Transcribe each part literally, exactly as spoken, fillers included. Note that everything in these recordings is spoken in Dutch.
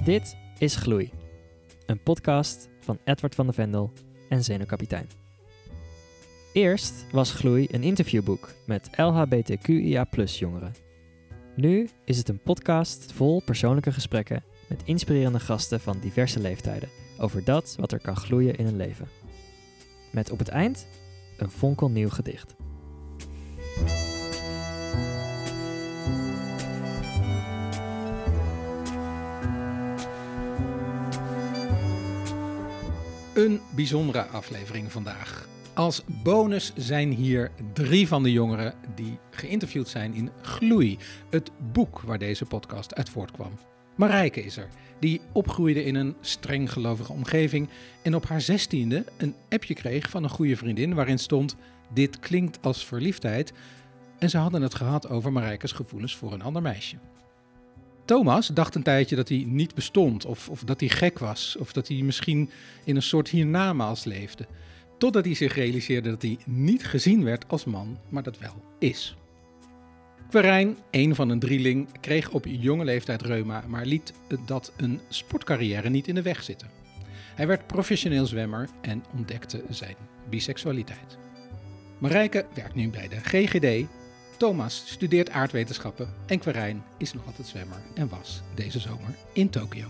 Dit is Gloei, een podcast van Edward van de Vendel en Zeno Kapitein. Eerst was Gloei een interviewboek met L H B T Q I A plus jongeren. Nu is het een podcast vol persoonlijke gesprekken met inspirerende gasten van diverse leeftijden over dat wat er kan gloeien in een leven. Met op het eind een fonkelnieuw gedicht. Een bijzondere aflevering vandaag. Als bonus zijn hier drie van de jongeren die geïnterviewd zijn in Gloei, het boek waar deze podcast uit voortkwam. Marijke is er, die opgroeide in een streng gelovige omgeving en op haar zestiende een appje kreeg van een goede vriendin waarin stond: dit klinkt als verliefdheid. En ze hadden het gehad over Marijkes gevoelens voor een ander meisje. Thomas dacht een tijdje dat hij niet bestond, of, of dat hij gek was, of dat hij misschien in een soort hiernamaals leefde. Totdat hij zich realiseerde dat hij niet gezien werd als man, maar dat wel is. Querijn, een van een drieling, kreeg op jonge leeftijd reuma, maar liet dat een sportcarrière niet in de weg zitten. Hij werd professioneel zwemmer en ontdekte zijn biseksualiteit. Marijke werkt nu bij de G G D. Thomas studeert aardwetenschappen en Querijn is nog altijd zwemmer en was deze zomer in Tokio.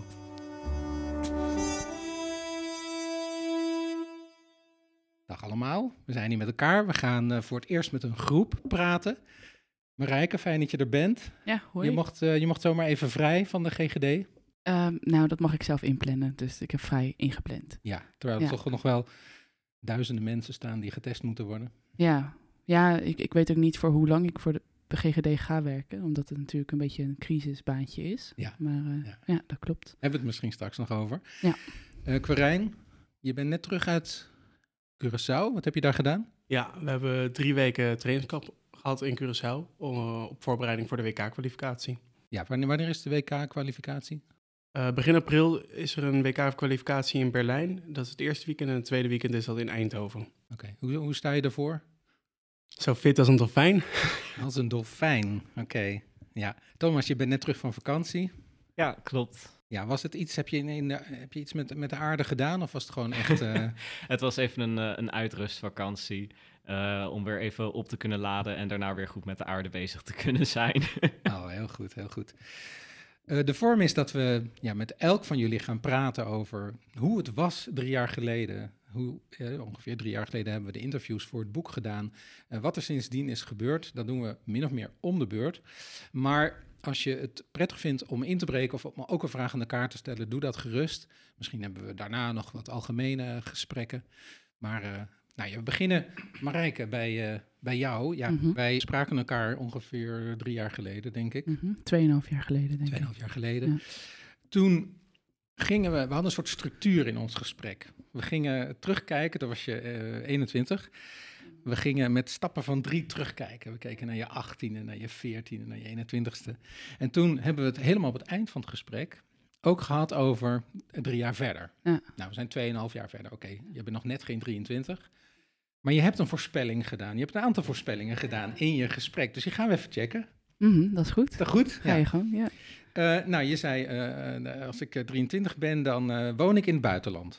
Dag allemaal, we zijn hier met elkaar. We gaan uh, voor het eerst met een groep praten. Marijke, fijn dat je er bent. Ja, hoi. Je mocht, uh, je mocht zomaar even vrij van de G G D. Um, nou, dat mag ik zelf inplannen, dus ik heb vrij ingepland. Ja, terwijl er ja. toch nog wel duizenden mensen staan die getest moeten worden. Ja, ja ik, ik weet ook niet voor hoe lang ik voor de G G D ga werken, omdat het natuurlijk een beetje een crisisbaantje is. Ja. Maar uh, ja. ja, dat klopt. Hebben we het misschien straks nog over. Ja. Uh, Querijn, je bent net terug uit Curaçao. Wat heb je daar gedaan? Ja, we hebben drie weken trainingskamp gehad in Curaçao uh, op voorbereiding voor de W K-kwalificatie. Ja, wanneer, wanneer is de W K-kwalificatie? Uh, begin april is er een W K-kwalificatie in Berlijn. Dat is het eerste weekend en het tweede weekend is dat in Eindhoven. Oké, okay. hoe, hoe sta je ervoor? Zo fit als een dolfijn. Als een dolfijn, oké. Okay. Ja, Thomas, je bent net terug van vakantie. Ja, klopt. Ja, was het iets, heb je, in, in de, heb je iets met, met de aarde gedaan of was het gewoon echt... Uh... Het was even een, uh, een uitrustvakantie uh, om weer even op te kunnen laden en daarna weer goed met de aarde bezig te kunnen zijn. Oh, heel goed, heel goed. Uh, de vorm is dat we ja, met elk van jullie gaan praten over hoe het was drie jaar geleden. Hoe, uh, ongeveer drie jaar geleden hebben we de interviews voor het boek gedaan. Uh, wat er sindsdien is gebeurd, dat doen we min of meer om de beurt. Maar als je het prettig vindt om in te breken of om ook een vraag aan de kaart te stellen, doe dat gerust. Misschien hebben we daarna nog wat algemene gesprekken. Maar uh, nou ja, we beginnen, Marijke, bij, uh, bij jou. Ja, mm-hmm. Wij spraken elkaar ongeveer drie jaar geleden, denk ik. Mm-hmm. Tweeënhalf jaar geleden, denk ik. Tweeënhalf jaar geleden. Ja. Toen gingen we, we hadden een soort structuur in ons gesprek. We gingen terugkijken, toen was je uh, eenentwintig. We gingen met stappen van drie terugkijken. We keken naar je achttiende, naar je veertiende, naar je eenentwintigste. En toen hebben we het helemaal op het eind van het gesprek ook gehad over drie jaar verder. Ja. Nou, we zijn tweeënhalf jaar verder. Oké, okay, je bent nog net geen drieëntwintig. Maar je hebt een voorspelling gedaan. Je hebt een aantal voorspellingen gedaan in je gesprek. Dus die gaan we even checken. Mm-hmm, dat is goed. Is dat goed? Ga je ja. gewoon, ja. Uh, nou, je zei, uh, als ik drieëntwintig ben, dan uh, woon ik in het buitenland.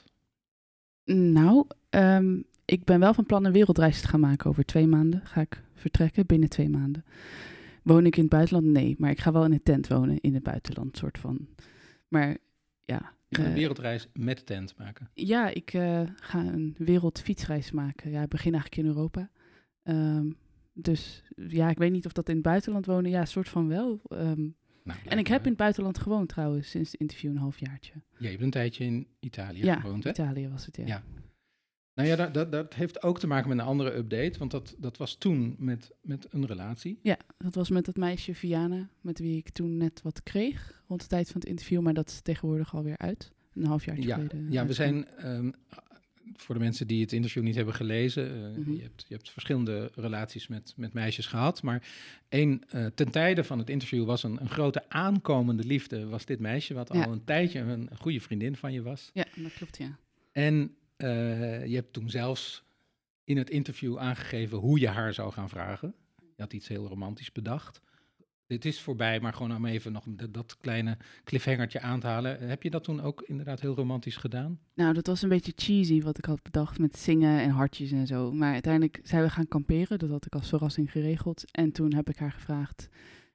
Nou, um, ik ben wel van plan een wereldreis te gaan maken. Over twee maanden ga ik vertrekken, binnen twee maanden. Woon ik in het buitenland? Nee, maar ik ga wel in een tent wonen in het buitenland, soort van. Maar ja. Je gaat een uh, wereldreis met tent maken? Ja, ik uh, ga een wereldfietsreis maken. Ja, ik begin eigenlijk in Europa. Um, dus ja, ik weet niet of dat in het buitenland wonen. Ja, soort van wel. Um, nou, en ik heb in het buitenland gewoond trouwens, sinds het interview een half jaartje. Ja, je hebt een tijdje in Italië ja, gewoond, hè? Italië was het, ja. ja. Nou ja, dat, dat, dat heeft ook te maken met een andere update, want dat, dat was toen met, met een relatie. Ja, dat was met dat meisje Viana, met wie ik toen net wat kreeg, rond de tijd van het interview, maar dat is tegenwoordig alweer uit, een halfjaartje ja, geleden. Ja, we zijn, um, voor de mensen die het interview niet hebben gelezen, uh, mm-hmm. je, hebt, je hebt verschillende relaties met, met meisjes gehad, maar één, uh, ten tijde van het interview was een, een grote aankomende liefde, was dit meisje, wat ja. al een tijdje een, een goede vriendin van je was. Ja, dat klopt, ja. En Uh, je hebt toen zelfs in het interview aangegeven hoe je haar zou gaan vragen. Je had iets heel romantisch bedacht. dit is voorbij, maar gewoon om even nog dat, dat kleine cliffhangertje aan te halen. Heb je dat toen ook inderdaad heel romantisch gedaan? Nou, dat was een beetje cheesy wat ik had bedacht met zingen en hartjes en zo. Maar uiteindelijk zijn we gaan kamperen, dat had ik als verrassing geregeld. En toen heb ik haar gevraagd,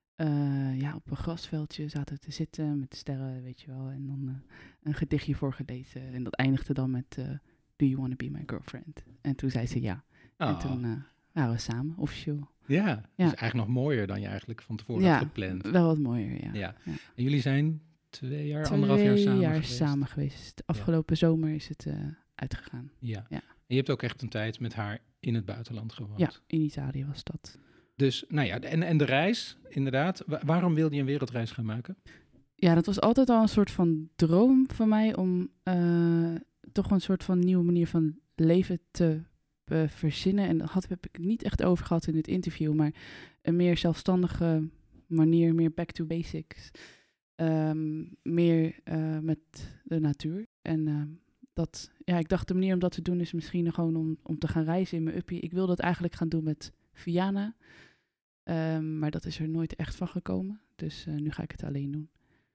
uh, ja, op een grasveldje zaten we te zitten met de sterren, weet je wel. En dan uh, een gedichtje voorgelezen. En dat eindigde dan met, uh, do you want to be my girlfriend? En toen zei ze ja. Oh. En toen uh, waren we samen, officieel. Ja, ja, dus eigenlijk nog mooier dan je eigenlijk van tevoren ja, had gepland. Wel wat mooier, ja. ja. ja. En jullie zijn twee jaar, twee anderhalf jaar samen jaar geweest? samen geweest. De afgelopen ja. zomer is het uh, uitgegaan. Ja. ja. En je hebt ook echt een tijd met haar in het buitenland gewoond. Ja, in Italië was dat. Dus, nou ja, en, en de reis, inderdaad. Wa- waarom wilde je een wereldreis gaan maken? Ja, dat was altijd al een soort van droom van mij om uh, toch een soort van nieuwe manier van leven te uh, verzinnen. En dat had, heb ik niet echt over gehad in dit interview, maar een meer zelfstandige manier, meer back to basics. Um, meer uh, met de natuur. En uh, dat, ja, ik dacht de manier om dat te doen is misschien gewoon om, om te gaan reizen in mijn uppie. Ik wilde het eigenlijk gaan doen met Viana, um, maar dat is er nooit echt van gekomen. Dus uh, nu ga ik het alleen doen.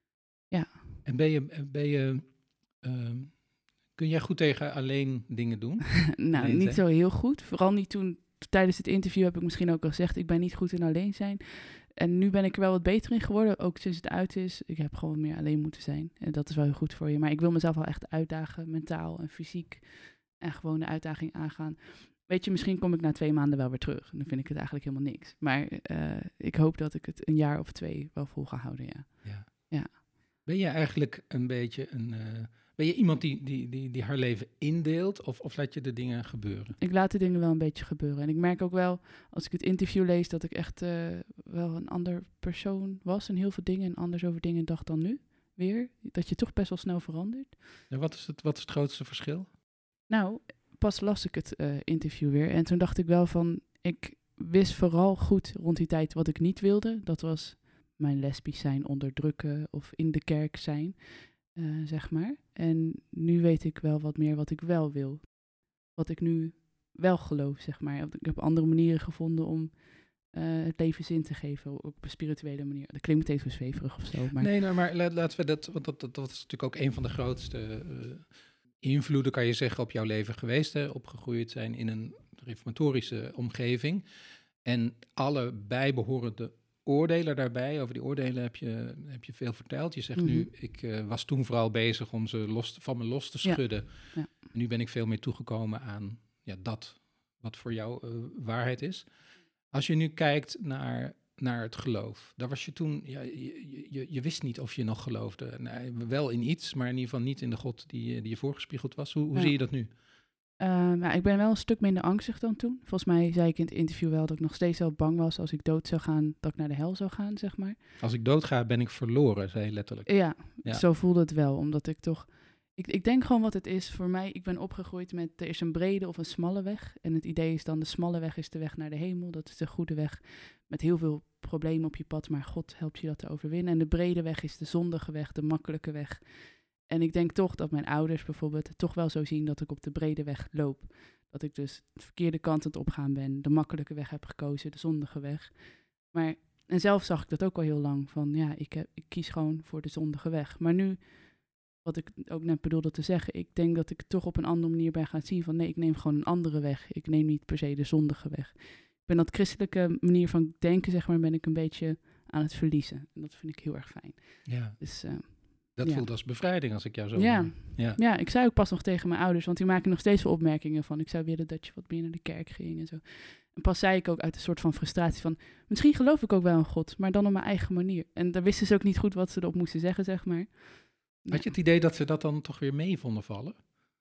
Ja. En ben je, ben je uh, kun jij goed tegen alleen dingen doen? nou, alleen niet zijn? Zo heel goed. Vooral niet toen, tijdens het interview heb ik misschien ook al gezegd, ik ben niet goed in alleen zijn. En nu ben ik er wel wat beter in geworden, ook sinds het uit is. Ik heb gewoon meer alleen moeten zijn. En dat is wel heel goed voor je. Maar ik wil mezelf wel echt uitdagen, mentaal en fysiek. En gewoon de uitdaging aangaan. Weet je, misschien kom ik na twee maanden wel weer terug. En dan vind ik het eigenlijk helemaal niks. Maar uh, ik hoop dat ik het een jaar of twee wel vol ga houden, ja. Ja. ja. Ben je eigenlijk een beetje een... Uh, ben je iemand die, die, die, die haar leven indeelt of, of laat je de dingen gebeuren? Ik laat de dingen wel een beetje gebeuren. En ik merk ook wel, als ik het interview lees, dat ik echt uh, wel een ander persoon was en heel veel dingen en anders over dingen dacht dan nu weer. Dat je toch best wel snel verandert. Ja, wat is het, wat is het grootste verschil? Nou, pas las ik het uh, interview weer en toen dacht ik wel van, ik wist vooral goed rond die tijd wat ik niet wilde. Dat was mijn lesbisch zijn, onderdrukken of in de kerk zijn. Uh, zeg maar. En nu weet ik wel wat meer wat ik wel wil. Wat ik nu wel geloof, zeg maar. Ik heb andere manieren gevonden om uh, het leven zin te geven. Ook op een spirituele manier. Dat klinkt meteen zo zweverig of zo. Maar... Nee, nou, maar laten we dat... Want dat, dat, dat is natuurlijk ook een van de grootste uh, invloeden, kan je zeggen, op jouw leven geweest. Hè? Opgegroeid zijn in een reformatorische omgeving. En alle bijbehorende oordelen daarbij, over die oordelen heb je, heb je veel verteld. Je zegt mm-hmm. nu, ik uh, was toen vooral bezig om ze los, van me los te schudden. Ja. Ja. Nu ben ik veel meer toegekomen aan ja, dat wat voor jou uh, waarheid is. Als je nu kijkt naar, naar het geloof, daar was je toen, ja, je, je, je wist niet of je nog geloofde. Nou, wel in iets, maar in ieder geval niet in de God die, die je voorgespiegeld was. Hoe, hoe ja. zie je dat nu? Uh, nou, ik ben wel een stuk minder angstig dan toen. Volgens mij zei ik in het interview wel dat ik nog steeds wel bang was als ik dood zou gaan, dat ik naar de hel zou gaan, zeg maar. Als ik dood ga, ben ik verloren, zei je letterlijk. Ja, ja, zo voelde het wel, omdat ik toch... Ik, ik denk gewoon wat het is voor mij. Ik ben opgegroeid met, er is een brede of een smalle weg. En het idee is dan, de smalle weg is de weg naar de hemel. Dat is de goede weg met heel veel problemen op je pad, maar God helpt je dat te overwinnen. En de brede weg is de zondige weg, de makkelijke weg. En ik denk toch dat mijn ouders bijvoorbeeld het toch wel zo zien dat ik op de brede weg loop. Dat ik dus de verkeerde kant aan het opgaan ben, de makkelijke weg heb gekozen, de zondige weg. Maar, en zelf zag ik dat ook al heel lang, van ja, ik, heb, ik kies gewoon voor de zondige weg. Maar nu, wat ik ook net bedoelde te zeggen, ik denk dat ik toch op een andere manier ben gaan zien van nee, ik neem gewoon een andere weg. Ik neem niet per se de zondige weg. Ik ben dat christelijke manier van denken, zeg maar, ben ik een beetje aan het verliezen. En dat vind ik heel erg fijn. Ja. Dus... Uh, Dat ja. voelt als bevrijding als ik jou zo ja. hoor. Ja. ja, ik zei ook pas nog tegen mijn ouders, want die maken nog steeds wel opmerkingen van ik zou willen dat je wat meer naar de kerk ging en zo. En pas zei ik ook uit een soort van frustratie van misschien geloof ik ook wel in God, maar dan op mijn eigen manier. En daar wisten ze ook niet goed wat ze erop moesten zeggen, zeg maar. Had je het idee dat ze dat dan toch weer mee vonden vallen?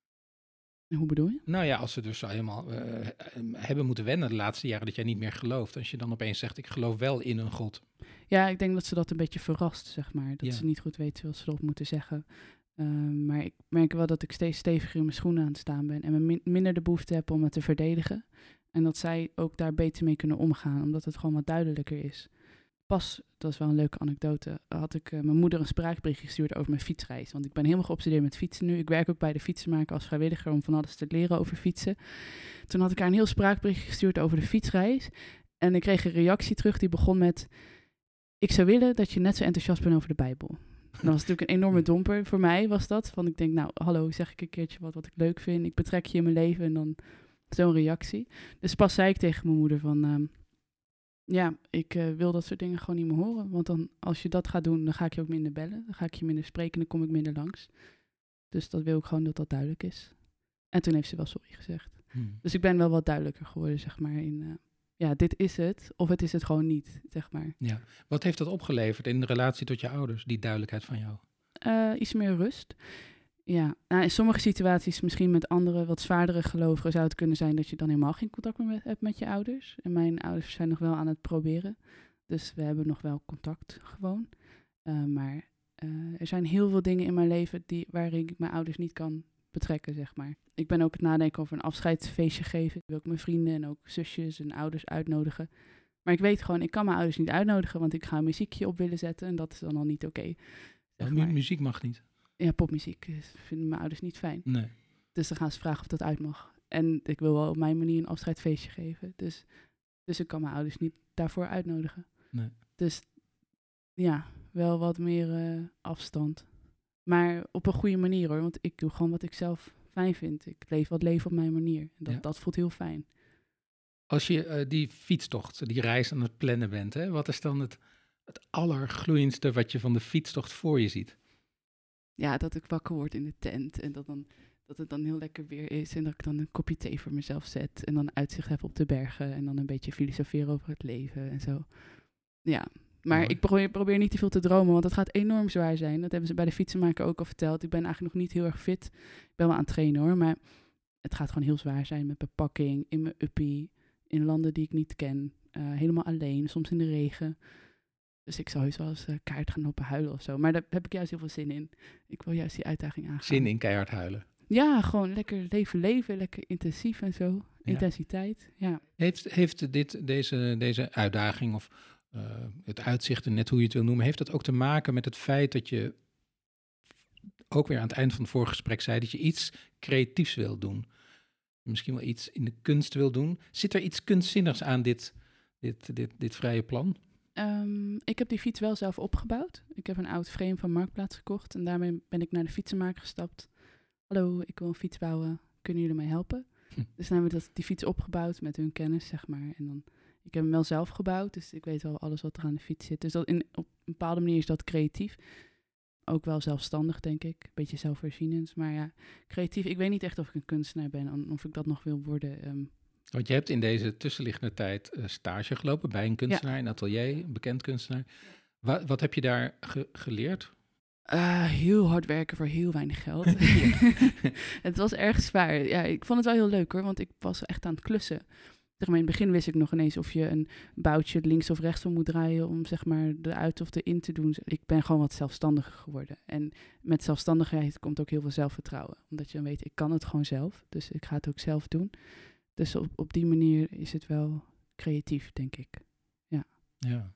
En hoe bedoel je? Nou ja, als ze dus helemaal uh, hebben moeten wennen de laatste jaren dat jij niet meer gelooft. Als je dan opeens zegt, ik geloof wel in een God. Ja, ik denk dat ze dat een beetje verrast, zeg maar. Dat ja. ze niet goed weten wat ze erop moeten zeggen. Uh, maar ik merk wel dat ik steeds steviger in mijn schoenen aan het staan ben. En me min- minder de behoefte heb om het te verdedigen. En dat zij ook daar beter mee kunnen omgaan, omdat het gewoon wat duidelijker is. Pas, dat is wel een leuke anekdote, had ik uh, mijn moeder een spraakberichtje gestuurd over mijn fietsreis. Want ik ben helemaal geobsedeerd met fietsen nu. Ik werk ook bij de Fietsenmaker als vrijwilliger om van alles te leren over fietsen. Toen had ik haar een heel spraakberichtje gestuurd over de fietsreis. En ik kreeg een reactie terug die begon met... ik zou willen dat je net zo enthousiast bent over de Bijbel. Dat was natuurlijk een enorme domper voor mij, was dat. Want ik denk, nou, hallo, zeg ik een keertje wat, wat ik leuk vind. Ik betrek je in mijn leven en dan zo'n reactie. Dus pas zei ik tegen mijn moeder van... Um, ja, ik uh, wil dat soort dingen gewoon niet meer horen. Want dan, als je dat gaat doen, dan ga ik je ook minder bellen. Dan ga ik je minder spreken en dan kom ik minder langs. Dus dat wil ik gewoon dat dat duidelijk is. En toen heeft ze wel sorry gezegd. Hmm. Dus ik ben wel wat duidelijker geworden, zeg maar, in... Uh, ja, dit is het, of het is het gewoon niet, zeg maar. Ja. Wat heeft dat opgeleverd in de relatie tot je ouders, die duidelijkheid van jou? Uh, iets meer rust. Ja, nou, in sommige situaties, misschien met andere, wat zwaardere gelovigen, zou het kunnen zijn dat je dan helemaal geen contact meer met, hebt met je ouders. En mijn ouders zijn nog wel aan het proberen. Dus we hebben nog wel contact, gewoon. Uh, maar uh, er zijn heel veel dingen in mijn leven die, waarin ik mijn ouders niet kan betrekken, zeg maar. Ik ben ook het nadenken over een afscheidsfeestje geven. Ik wil ook mijn vrienden en ook zusjes en ouders uitnodigen. Maar ik weet gewoon, ik kan mijn ouders niet uitnodigen, want ik ga een muziekje op willen zetten en dat is dan al niet oké. Okay, ja, mu- muziek mag niet. Ja, popmuziek vinden mijn ouders niet fijn. Nee. Dus dan gaan ze vragen of dat uit mag. En ik wil wel op mijn manier een afscheidsfeestje geven. Dus, dus ik kan mijn ouders niet daarvoor uitnodigen. Nee. Dus ja, wel wat meer uh, afstand. Maar op een goede manier hoor, want ik doe gewoon wat ik zelf fijn vind. Ik leef wat leven op mijn manier. En dat, ja. dat voelt heel fijn. Als je uh, die fietstocht, die reis aan het plannen bent, hè, wat is dan het, het allergloeiendste wat je van de fietstocht voor je ziet? Ja, dat ik wakker word in de tent en dat, dan, dat het dan heel lekker weer is en dat ik dan een kopje thee voor mezelf zet en dan uitzicht heb op de bergen en dan een beetje filosoferen over het leven en zo. Ja, maar Mooi. ik probeer, probeer niet te veel te dromen, want het gaat enorm zwaar zijn. Dat hebben ze bij de fietsenmaker ook al verteld. Ik ben eigenlijk nog niet heel erg fit. Ik ben wel aan het trainen hoor, maar het gaat gewoon heel zwaar zijn met bepakking, in mijn uppie, in landen die ik niet ken, uh, helemaal alleen, soms in de regen. Dus ik zou heus wel eens uh, keihard gaan lopen huilen of zo. Maar daar heb ik juist heel veel zin in. Ik wil juist die uitdaging aangaan. Zin in keihard huilen? Ja, gewoon lekker leven leven, lekker intensief en zo. Ja. Intensiteit, ja. Heeft, heeft dit, deze, deze uitdaging of uh, het uitzicht, net hoe je het wil noemen, heeft dat ook te maken met het feit dat je ook weer aan het eind van het vorige gesprek zei dat je iets creatiefs wil doen? Misschien wel iets in de kunst wil doen. Zit er iets kunstzinnigs aan dit, dit, dit, dit vrije plan? Um, ik heb die fiets wel zelf opgebouwd. Ik heb een oud frame van Marktplaats gekocht en daarmee ben ik naar de fietsenmaker gestapt. Hallo, ik wil een fiets bouwen. Kunnen jullie mij helpen? Hm. Dus dan hebben we dat, die fiets opgebouwd met hun kennis, zeg maar. En dan, ik heb hem wel zelf gebouwd, dus ik weet wel alles wat er aan de fiets zit. Dus dat in, op een bepaalde manier is dat creatief. Ook wel zelfstandig, denk ik. Een beetje zelfvoorzienend. Maar ja, creatief. Ik weet niet echt of ik een kunstenaar ben, of ik dat nog wil worden. Um, Want je hebt in deze tussenliggende tijd uh, stage gelopen bij een kunstenaar, ja. een atelier, een bekend kunstenaar. Wat, wat heb je daar ge- geleerd? Uh, heel hard werken voor heel weinig geld. Het was erg zwaar. Ja, ik vond het wel heel leuk hoor, want ik was echt aan het klussen. Zeg maar, in het begin wist ik nog ineens of je een boutje links of rechts om moet draaien om zeg maar de uit of de in te doen. Ik ben gewoon wat zelfstandiger geworden. En met zelfstandigheid komt ook heel veel zelfvertrouwen. Omdat je dan weet, ik kan het gewoon zelf. Dus ik ga het ook zelf doen. Dus op, op die manier is het wel creatief, denk ik. Ja. Ja.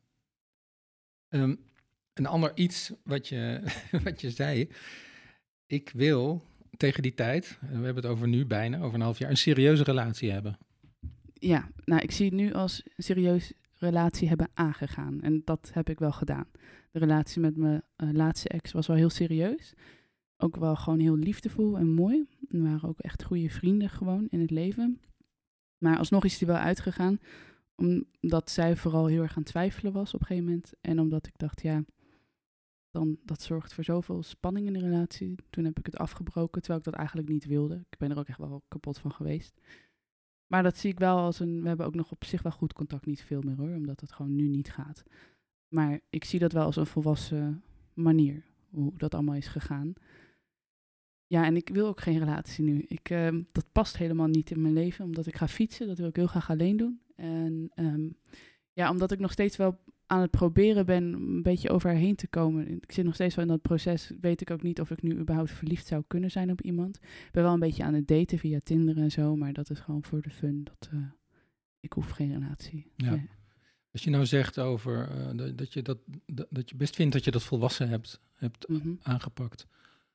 Um, een ander iets wat je, wat je zei. Ik wil tegen die tijd, we hebben het over nu bijna, over een half jaar, een serieuze relatie hebben. Ja, nou ik zie het nu als een serieuze relatie hebben aangegaan. En dat heb ik wel gedaan. De relatie met mijn uh, laatste ex was wel heel serieus. Ook wel gewoon heel liefdevol en mooi. We waren ook echt goede vrienden gewoon in het leven. Maar alsnog is die wel uitgegaan, omdat zij vooral heel erg aan het twijfelen was op een gegeven moment. En omdat ik dacht, ja, dan, dat zorgt voor zoveel spanning in de relatie. Toen heb ik het afgebroken, terwijl ik dat eigenlijk niet wilde. Ik ben er ook echt wel kapot van geweest. Maar dat zie ik wel als een, we hebben ook nog op zich wel goed contact, niet veel meer hoor, omdat het gewoon nu niet gaat. Maar ik zie dat wel als een volwassen manier, hoe dat allemaal is gegaan. Ja, en ik wil ook geen relatie nu. Ik, uh, dat past helemaal niet in mijn leven, omdat ik ga fietsen. Dat wil ik heel graag alleen doen. En um, ja, omdat ik nog steeds wel aan het proberen ben een beetje over haar heen te komen. Ik zit nog steeds wel in dat proces. Weet ik ook niet of ik nu überhaupt verliefd zou kunnen zijn op iemand. Ik ben wel een beetje aan het daten via Tinder en zo, maar dat is gewoon voor de fun. Dat, uh, ik hoef geen relatie. Ja. Nee. Als je nou zegt over uh, dat, dat, je dat, dat, dat je best vindt dat je dat volwassen hebt, hebt mm-hmm. aangepakt.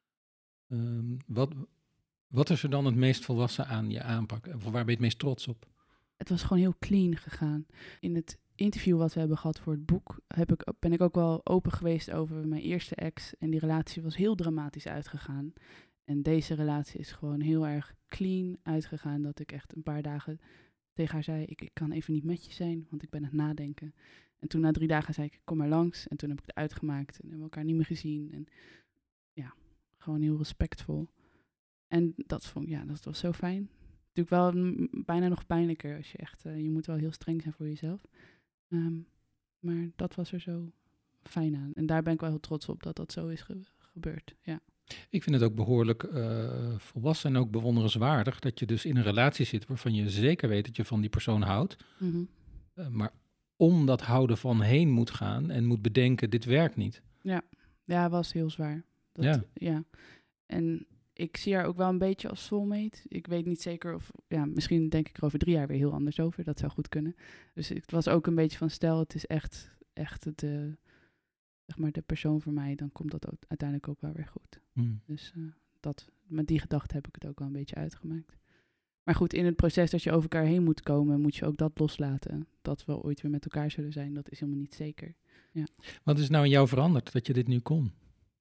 Um, wat, wat is er dan het meest volwassen aan je aanpak? Waar ben je het meest trots op? Het was gewoon heel clean gegaan. In het interview wat we hebben gehad voor het boek, heb ik, ben ik ook wel open geweest over mijn eerste ex. En die relatie was heel dramatisch uitgegaan. En deze relatie is gewoon heel erg clean uitgegaan. Dat ik echt een paar dagen tegen haar zei, ik, ik kan even niet met je zijn, want ik ben aan het nadenken. En toen na drie dagen zei ik, kom maar langs. En toen heb ik het uitgemaakt en hebben we elkaar niet meer gezien. En ja, gewoon heel respectvol. En dat vond ik, ja, dat was zo fijn. Natuurlijk wel m- bijna nog pijnlijker als je echt, uh, je moet wel heel streng zijn voor jezelf. Um, maar dat was er zo fijn aan. En daar ben ik wel heel trots op dat dat zo is ge- gebeurd, ja. Ik vind het ook behoorlijk uh, volwassen en ook bewonderenswaardig dat je dus in een relatie zit waarvan je zeker weet dat je van die persoon houdt. Mm-hmm. Uh, maar om dat houden van heen moet gaan en moet bedenken, dit werkt niet. Ja, ja, was heel zwaar. Dat, ja. ja. En ik zie haar ook wel een beetje als soulmate. Ik weet niet zeker of, ja, misschien denk ik er over drie jaar weer heel anders over. Dat zou goed kunnen. Dus het was ook een beetje van, stel het is echt, echt de, zeg maar de persoon voor mij, dan komt dat ook uiteindelijk ook wel weer goed. Hmm. Dus uh, dat, met die gedachte heb ik het ook wel een beetje uitgemaakt. Maar goed, in het proces dat je over elkaar heen moet komen, moet je ook dat loslaten. Dat we ooit weer met elkaar zullen zijn, dat is helemaal niet zeker. Ja. Wat is nou in jou veranderd dat je dit nu kon?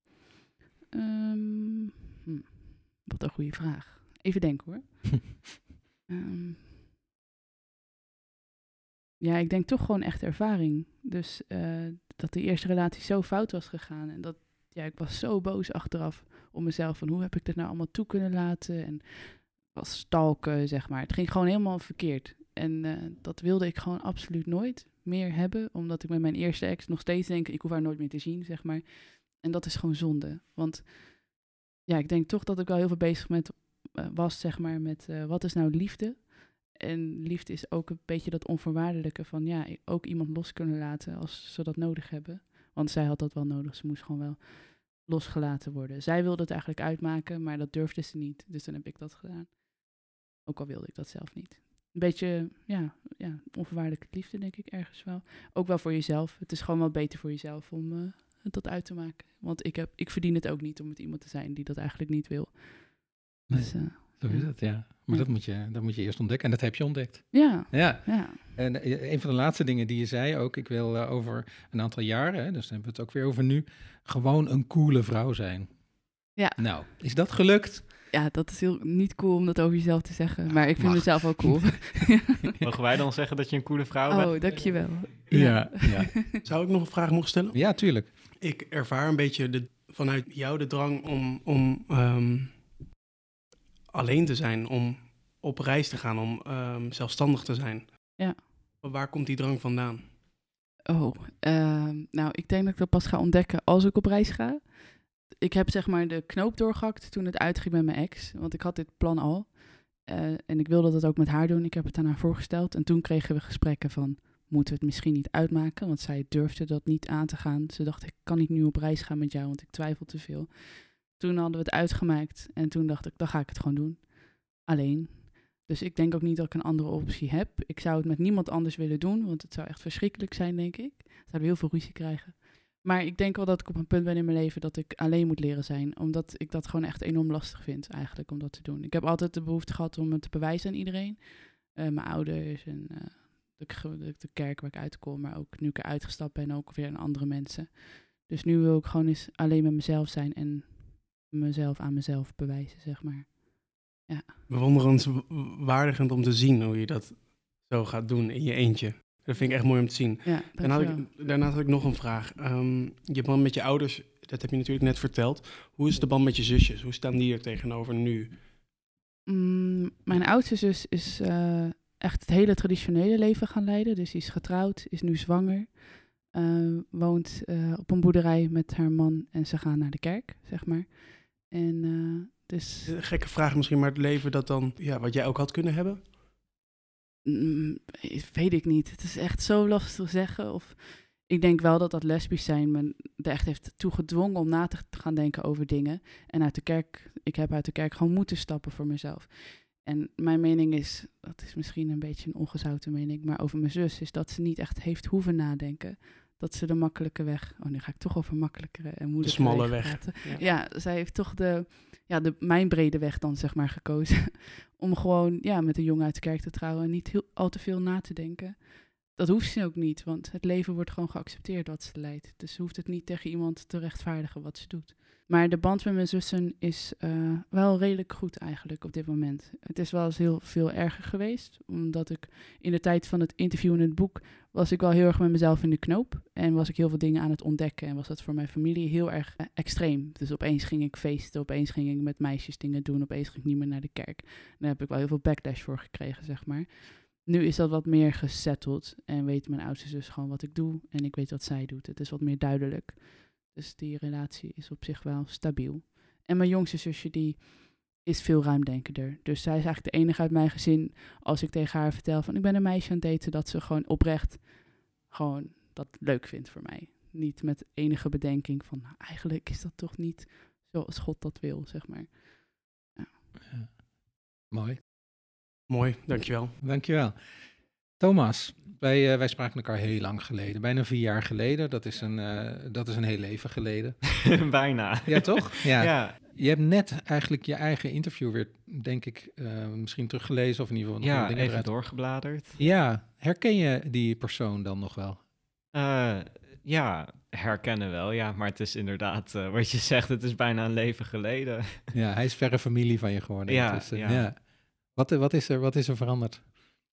Um, hm, wat een goede vraag. Even denken hoor. um, ja, ik denk toch gewoon echt ervaring. Dus uh, dat de eerste relatie zo fout was gegaan. En dat, ja, ik was zo boos achteraf op mezelf. Van hoe heb ik dit nou allemaal toe kunnen laten? En was stalken, zeg maar. Het ging gewoon helemaal verkeerd. En uh, dat wilde ik gewoon absoluut nooit meer hebben. Omdat ik met mijn eerste ex nog steeds denk, ik hoef haar nooit meer te zien, zeg maar. En dat is gewoon zonde. Want ja, ik denk toch dat ik wel heel veel bezig met, uh, was, zeg maar, met uh, wat is nou liefde? En liefde is ook een beetje dat onvoorwaardelijke van, ja, ook iemand los kunnen laten als ze dat nodig hebben. Want zij had dat wel nodig. Ze moest gewoon wel losgelaten worden. Zij wilde het eigenlijk uitmaken, maar dat durfde ze niet. Dus dan heb ik dat gedaan. Ook al wilde ik dat zelf niet. Een beetje, ja, ja onvoorwaardelijke liefde, denk ik, ergens wel. Ook wel voor jezelf. Het is gewoon wel beter voor jezelf om uh, dat uit te maken. Want ik, heb, ik verdien het ook niet om met iemand te zijn die dat eigenlijk niet wil. Nee, dus, uh, zo is ja. het, ja. Maar ja. dat, moet je, dat moet je eerst ontdekken. En dat heb je ontdekt. Ja. Ja. ja. En uh, een van de laatste dingen die je zei ook, ik wil uh, over een aantal jaren, hè, dus dan hebben we het ook weer over nu, gewoon een coole vrouw zijn. Ja. Nou, is dat gelukt? Ja, dat is heel niet cool om dat over jezelf te zeggen. Maar ik vind Mag. mezelf ook cool. Mogen wij dan zeggen dat je een coole vrouw bent? Oh, dankjewel. Ja, ja. Zou ik nog een vraag mogen stellen? Ja, tuurlijk. Ik ervaar een beetje de, vanuit jou de drang om, om um, alleen te zijn, om op reis te gaan, om um, zelfstandig te zijn. Ja. Waar komt die drang vandaan? Oh, uh, nou, ik denk dat ik dat pas ga ontdekken als ik op reis ga. Ik heb zeg maar de knoop doorgehakt toen het uitging met mijn ex. Want ik had dit plan al. Uh, en ik wilde dat ook met haar doen. Ik heb het aan haar voorgesteld. En toen kregen we gesprekken van, moeten we het misschien niet uitmaken? Want zij durfde dat niet aan te gaan. Ze dacht, ik kan niet nu op reis gaan met jou, want ik twijfel te veel. Toen hadden we het uitgemaakt. En toen dacht ik, dan ga ik het gewoon doen. Alleen. Dus ik denk ook niet dat ik een andere optie heb. Ik zou het met niemand anders willen doen. Want het zou echt verschrikkelijk zijn, denk ik. Zouden we heel veel ruzie krijgen. Maar ik denk wel dat ik op een punt ben in mijn leven dat ik alleen moet leren zijn. Omdat ik dat gewoon echt enorm lastig vind eigenlijk om dat te doen. Ik heb altijd de behoefte gehad om het te bewijzen aan iedereen. Uh, mijn ouders en uh, de, de, de kerk waar ik uitkom. Maar ook nu ik eruit gestapt ben, ook weer aan andere mensen. Dus nu wil ik gewoon eens alleen met mezelf zijn en mezelf aan mezelf bewijzen, zeg maar. Ja. Bewonderenswaardigend om te zien hoe je dat zo gaat doen in je eentje. Dat vind ik echt mooi om te zien. Ja, Daarna had ik, daarnaast had ik nog een vraag. Um, je band met je ouders, dat heb je natuurlijk net verteld. Hoe is de band met je zusjes? Hoe staan die er tegenover nu? Mm, mijn oudste zus is uh, echt het hele traditionele leven gaan leiden. Dus die is getrouwd, is nu zwanger. Uh, woont uh, op een boerderij met haar man en ze gaan naar de kerk, zeg maar. En uh, dus... Een gekke vraag misschien, maar het leven dat dan, ja, wat jij ook had kunnen hebben? Mm, weet ik niet. Het is echt zo lastig te zeggen. Of ik denk wel dat dat lesbisch zijn me er echt heeft toegedwongen om na te gaan denken over dingen. En uit de kerk, ik heb uit de kerk gewoon moeten stappen voor mezelf. En mijn mening is, dat is misschien een beetje een ongezouten mening, maar over mijn zus is dat ze niet echt heeft hoeven nadenken. Dat ze de makkelijke weg, oh nu ga ik toch over makkelijkere en moeilijke de smalle weg. Ja. ja, zij heeft toch de, ja, de, mijn brede weg dan zeg maar gekozen. Om gewoon ja, met een jongen uit de kerk te trouwen en niet heel, al te veel na te denken. dat hoeft ze ook niet, want het leven wordt gewoon geaccepteerd wat ze leidt. Dus ze hoeft het niet tegen iemand te rechtvaardigen wat ze doet. Maar de band met mijn zussen is uh, wel redelijk goed eigenlijk op dit moment. Het is wel eens heel veel erger geweest, omdat ik in de tijd van het interview in het boek was ik wel heel erg met mezelf in de knoop. En was ik heel veel dingen aan het ontdekken en was dat voor mijn familie heel erg uh, extreem. Dus opeens ging ik feesten, opeens ging ik met meisjes dingen doen, opeens ging ik niet meer naar de kerk. Daar heb ik wel heel veel backlash voor gekregen, zeg maar. Nu is dat wat meer gesetteld en weet mijn oudste zus gewoon wat ik doe en ik weet wat zij doet. Het is wat meer duidelijk. Dus die relatie is op zich wel stabiel. En mijn jongste zusje die is veel ruimdenkender. Dus zij is eigenlijk de enige uit mijn gezin, als ik tegen haar vertel van ik ben een meisje aan het daten, dat ze gewoon oprecht gewoon dat leuk vindt voor mij. Niet met enige bedenking van nou, eigenlijk is dat toch niet zoals God dat wil, zeg maar. Ja. Ja. Mooi. Mooi, dankjewel. Dankjewel. Thomas, wij, uh, wij spraken elkaar heel lang geleden. Bijna vier jaar geleden. Dat is een, uh, dat is een heel leven geleden. Bijna. Ja, toch? Ja. Ja. Je hebt net eigenlijk je eigen interview weer, denk ik, uh, misschien teruggelezen of in ieder geval nog Ja, dingen even eruit. doorgebladerd. Ja, herken je die persoon dan nog wel? Uh, ja, herkennen wel, ja. Maar het is inderdaad, uh, wat je zegt, het is bijna een leven geleden. Ja, hij is verre familie van je geworden. Ja, dus, uh, ja. ja. Wat, wat, is er, wat is er veranderd?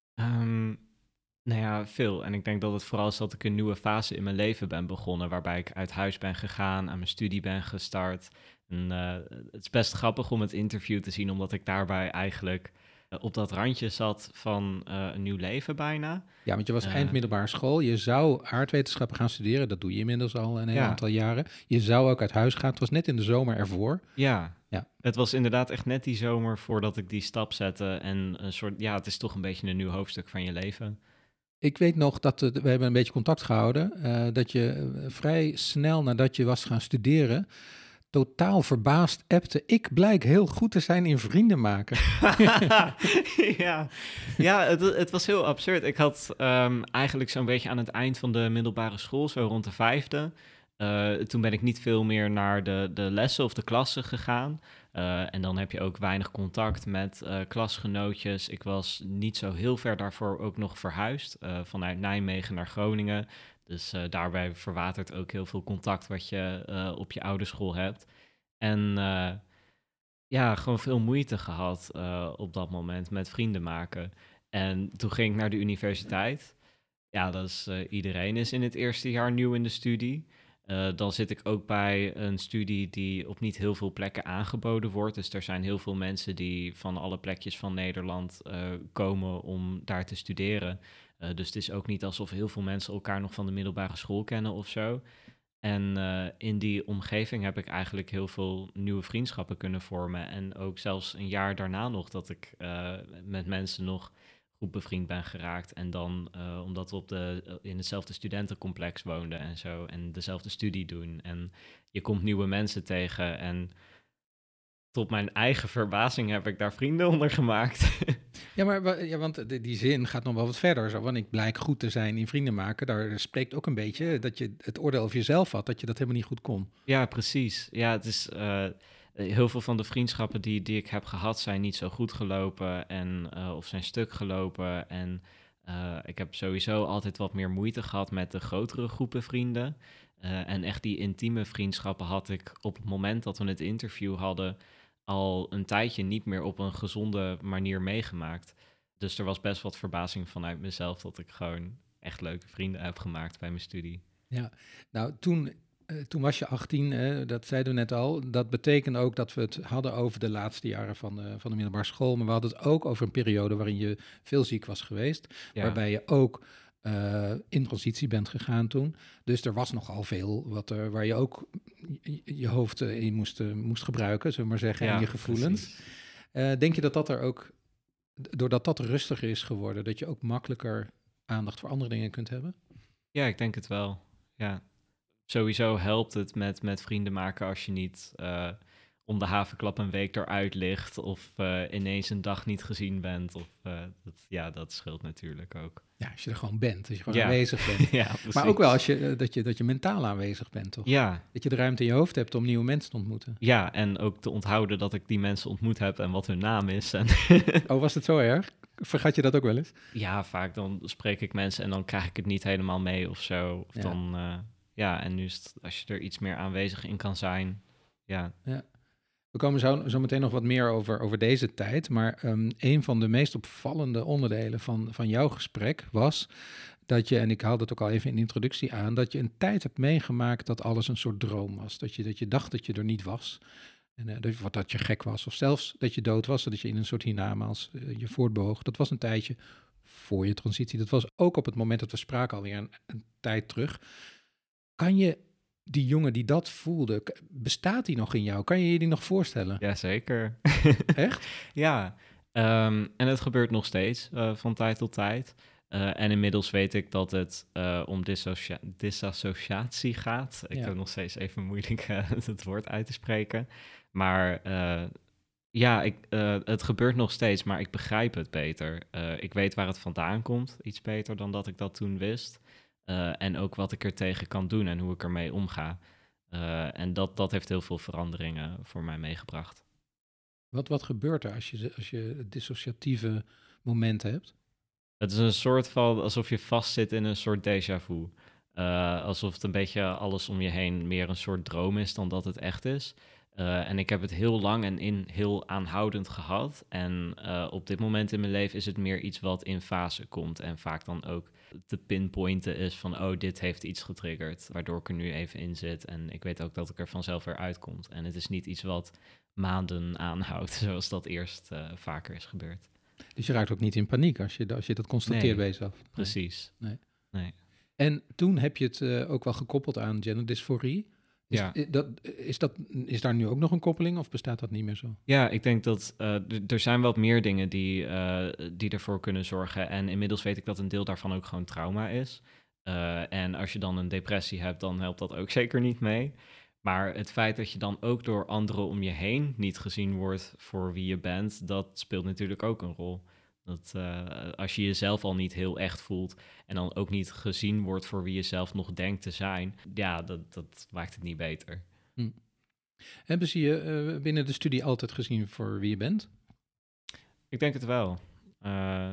Um, nou ja, veel. En ik denk dat het vooral is dat ik een nieuwe fase in mijn leven ben begonnen, waarbij ik uit huis ben gegaan, aan mijn studie ben gestart. En, uh, het is best grappig om het interview te zien, omdat ik daarbij eigenlijk uh, op dat randje zat van uh, een nieuw leven bijna. Ja, want je was Uh, eind middelbare school. Je zou aardwetenschappen gaan studeren. Dat doe je inmiddels al een heel Ja. aantal jaren. Je zou ook uit huis gaan. Het was net in de zomer ervoor. Ja. Ja. Het was inderdaad echt net die zomer voordat ik die stap zette. En een soort, ja, het is toch een beetje een nieuw hoofdstuk van je leven. Ik weet nog dat uh, we hebben een beetje contact gehouden. Uh, dat je uh, vrij snel nadat je was gaan studeren, totaal verbaasd appte. Ik blijk heel goed te zijn in vrienden maken. ja, ja het, het was heel absurd. Ik had um, eigenlijk zo'n beetje aan het eind van de middelbare school, zo rond de vijfde. Uh, toen ben ik niet veel meer naar de, de lessen of de klassen gegaan. Uh, en dan heb je ook weinig contact met uh, klasgenootjes. Ik was niet zo heel ver daarvoor ook nog verhuisd. Uh, vanuit Nijmegen naar Groningen. Dus uh, daarbij verwatert ook heel veel contact wat je uh, op je oude school hebt. En uh, ja, gewoon veel moeite gehad uh, op dat moment met vrienden maken. En toen ging ik naar de universiteit. Ja, dat is, uh, iedereen is in het eerste jaar nieuw in de studie. Uh, dan zit ik ook bij een studie die op niet heel veel plekken aangeboden wordt. Dus er zijn heel veel mensen die van alle plekjes van Nederland uh, komen om daar te studeren. Uh, dus het is ook niet alsof heel veel mensen elkaar nog van de middelbare school kennen of zo. En uh, in die omgeving heb ik eigenlijk heel veel nieuwe vriendschappen kunnen vormen. En ook zelfs een jaar daarna nog dat ik uh, met mensen nog goed bevriend ben geraakt. En dan, uh, omdat we op de, uh, in hetzelfde studentencomplex woonden en zo. En dezelfde studie doen. En je komt nieuwe mensen tegen. En tot mijn eigen verbazing heb ik daar vrienden onder gemaakt. Ja, maar ja, want die zin gaat nog wel wat verder. Zo, want ik blijk goed te zijn in vrienden maken. Daar spreekt ook een beetje dat je het oordeel over jezelf had, dat je dat helemaal niet goed kon. Ja, precies. Ja, het is uh, heel veel van de vriendschappen die, die ik heb gehad zijn niet zo goed gelopen en uh, of zijn stuk gelopen. En uh, ik heb sowieso altijd wat meer moeite gehad met de grotere groepen vrienden. Uh, en echt die intieme vriendschappen had ik op het moment dat we het interview hadden al een tijdje niet meer op een gezonde manier meegemaakt. Dus er was best wat verbazing vanuit mezelf dat ik gewoon echt leuke vrienden heb gemaakt bij mijn studie. Ja, nou toen, uh, toen was je achttien, uh, dat zeiden we net al. Dat betekent ook dat we het hadden over de laatste jaren van de, van de middelbare school. Maar we hadden het ook over een periode waarin je veel ziek was geweest. Ja. Waarbij je ook uh, in transitie bent gegaan toen. Dus er was nogal veel wat er, waar je ook je, je hoofd in moest, uh, moest gebruiken, zullen we maar zeggen, ja, en je gevoelens. Uh, denk je dat dat er ook, doordat dat rustiger is geworden, dat je ook makkelijker aandacht voor andere dingen kunt hebben? Ja, ik denk het wel. Ja, sowieso helpt het met, met vrienden maken als je niet uh, om de havenklap een week eruit ligt of uh, ineens een dag niet gezien bent. Of, uh, dat, ja, dat scheelt natuurlijk ook. Ja, als je er gewoon bent, als je gewoon ja. aanwezig bent. Ja, precies. Maar ook wel als je, dat, je, dat je mentaal aanwezig bent, toch? Ja. Dat je de ruimte in je hoofd hebt om nieuwe mensen te ontmoeten. Ja, en ook te onthouden dat ik die mensen ontmoet heb en wat hun naam is. En oh, was het zo erg? Vergat je dat ook wel eens? Ja, vaak dan spreek ik mensen en dan krijg ik het niet helemaal mee of zo. Of Ja. dan, uh, ja, en nu is het, als je er iets meer aanwezig in kan zijn, ja. Ja. We komen zo, zo meteen nog wat meer over, over deze tijd, maar um, een van de meest opvallende onderdelen van, van jouw gesprek was dat je, en ik haalde het ook al even in de introductie aan, dat je een tijd hebt meegemaakt dat alles een soort droom was. Dat je, dat je dacht dat je er niet was. En uh, dat, dat je gek was, of zelfs dat je dood was, dat je in een soort hiernamaals uh, je voortbewoog. Dat was een tijdje voor je transitie. Dat was ook op het moment dat we spraken alweer een, een tijd terug. Kan je die jongen die dat voelde, bestaat die nog in jou? Kan je je die nog voorstellen? Jazeker. Echt? Ja, um, en het gebeurt nog steeds uh, van tijd tot tijd. Uh, en inmiddels weet ik dat het uh, om dissocia- disassociatie gaat. Ik ja. heb nog steeds even moeilijk uh, het woord uit te spreken. Maar uh, ja, ik, uh, het gebeurt nog steeds, maar ik begrijp het beter. Uh, ik weet waar het vandaan komt, iets beter dan dat ik dat toen wist. Uh, en ook wat ik er tegen kan doen en hoe ik ermee omga. Uh, en dat, dat heeft heel veel veranderingen voor mij meegebracht. Wat, wat gebeurt er als je, als je dissociatieve momenten hebt? Het is een soort van alsof je vastzit in een soort déjà vu. Uh, alsof het een beetje alles om je heen meer een soort droom is dan dat het echt is. Uh, en ik heb het heel lang en in heel aanhoudend gehad. En uh, op dit moment in mijn leven is het meer iets wat in fase komt. En vaak dan ook te pinpointen is van, oh, dit heeft iets getriggerd. Waardoor ik er nu even in zit. En ik weet ook dat ik er vanzelf weer uitkomt. En het is niet iets wat maanden aanhoudt, zoals dat eerst uh, vaker is gebeurd. Dus je raakt ook niet in paniek als je, als je dat constateert nee, bij jezelf? Nee. Precies. Nee. nee. En toen heb je het uh, ook wel gekoppeld aan genderdysforie. Is, ja. is, dat, is, dat, is daar nu ook nog een koppeling of bestaat dat niet meer zo? Ja, ik denk dat uh, d- er zijn wat meer dingen die, uh, die ervoor kunnen zorgen. En inmiddels weet ik dat een deel daarvan ook gewoon trauma is. Uh, en als je dan een depressie hebt, dan helpt dat ook zeker niet mee. Maar het feit dat je dan ook door anderen om je heen niet gezien wordt voor wie je bent, dat speelt natuurlijk ook een rol. Dat uh, als je jezelf al niet heel echt voelt en dan ook niet gezien wordt voor wie je zelf nog denkt te zijn, ja, dat, dat maakt het niet beter. Hm. Hebben ze je uh, binnen de studie altijd gezien voor wie je bent? Ik denk het wel. Uh,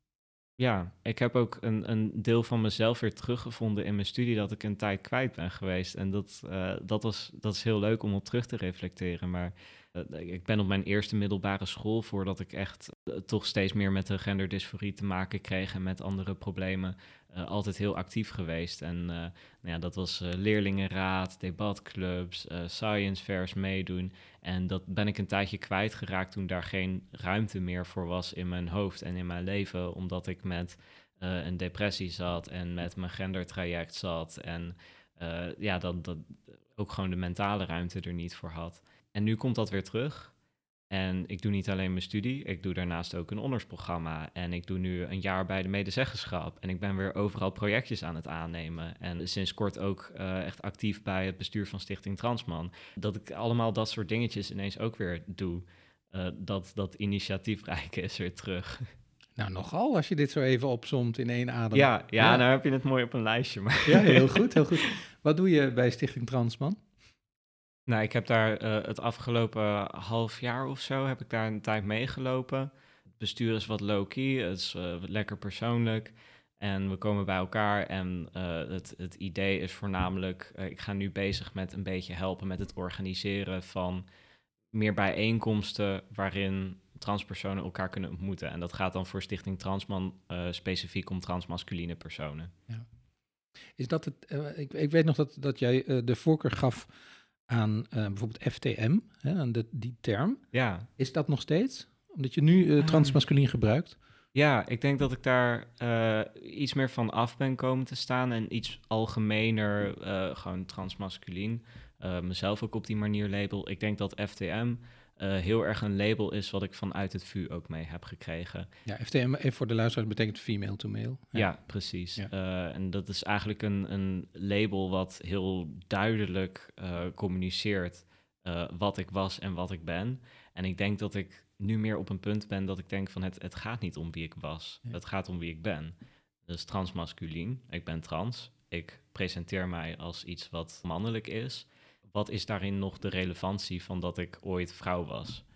ja, ik heb ook een, een deel van mezelf weer teruggevonden in mijn studie dat ik een tijd kwijt ben geweest. En dat, uh, dat, was, dat is heel leuk om op terug te reflecteren. Maar uh, ik ben op mijn eerste middelbare school, voordat ik echt uh, toch steeds meer met de genderdysforie te maken kreeg en met andere problemen, uh, altijd heel actief geweest. En uh, nou ja, dat was uh, leerlingenraad, debatclubs, uh, science fairs meedoen. En dat ben ik een tijdje kwijtgeraakt toen daar geen ruimte meer voor was in mijn hoofd en in mijn leven, omdat ik met uh, een depressie zat en met mijn gendertraject zat en uh, ja, dat, dat ook gewoon de mentale ruimte er niet voor had. En nu komt dat weer terug. En ik doe niet alleen mijn studie, ik doe daarnaast ook een honorsprogramma. En ik doe nu een jaar bij de medezeggenschap. En ik ben weer overal projectjes aan het aannemen. En sinds kort ook uh, echt actief bij het bestuur van Stichting Transman. Dat ik allemaal dat soort dingetjes ineens ook weer doe. Uh, dat, dat initiatiefrijke is weer terug. Nou, nogal als je dit zo even opzomt in één adem. Ja, ja, ja. Nou heb je het mooi op een lijstje. Maar ja, heel goed, heel goed. Wat doe je bij Stichting Transman? Nou, ik heb daar uh, het afgelopen half jaar of zo, heb ik daar een tijd meegelopen. Het bestuur is wat low-key, het is uh, lekker persoonlijk. En we komen bij elkaar en uh, het, het idee is voornamelijk, uh, ik ga nu bezig met een beetje helpen met het organiseren van meer bijeenkomsten waarin transpersonen elkaar kunnen ontmoeten. En dat gaat dan voor Stichting Transman uh, specifiek om transmasculine personen. Ja. Is dat het, uh, ik, ik weet nog dat, dat jij uh, de voorkeur gaf aan uh, bijvoorbeeld F T M, hè, aan de, die term. Ja. Is dat nog steeds? Omdat je nu uh, transmasculien um, gebruikt? Ja, ik denk dat ik daar uh, iets meer van af ben komen te staan en iets algemener, uh, gewoon transmasculien, uh, mezelf ook op die manier label. Ik denk dat F T M uh, heel erg een label is wat ik vanuit het V U ook mee heb gekregen. Ja, F T M, even voor de luisteraars, betekent female to male. Ja, ja precies. Ja. Uh, en dat is eigenlijk een, een label wat heel duidelijk uh, communiceert uh, wat ik was en wat ik ben. En ik denk dat ik nu meer op een punt ben dat ik denk van het, het gaat niet om wie ik was. Ja. Het gaat om wie ik ben. Dus transmasculien, ik ben trans. Ik presenteer mij als iets wat mannelijk is. Wat is daarin nog de relevantie van dat ik ooit vrouw was?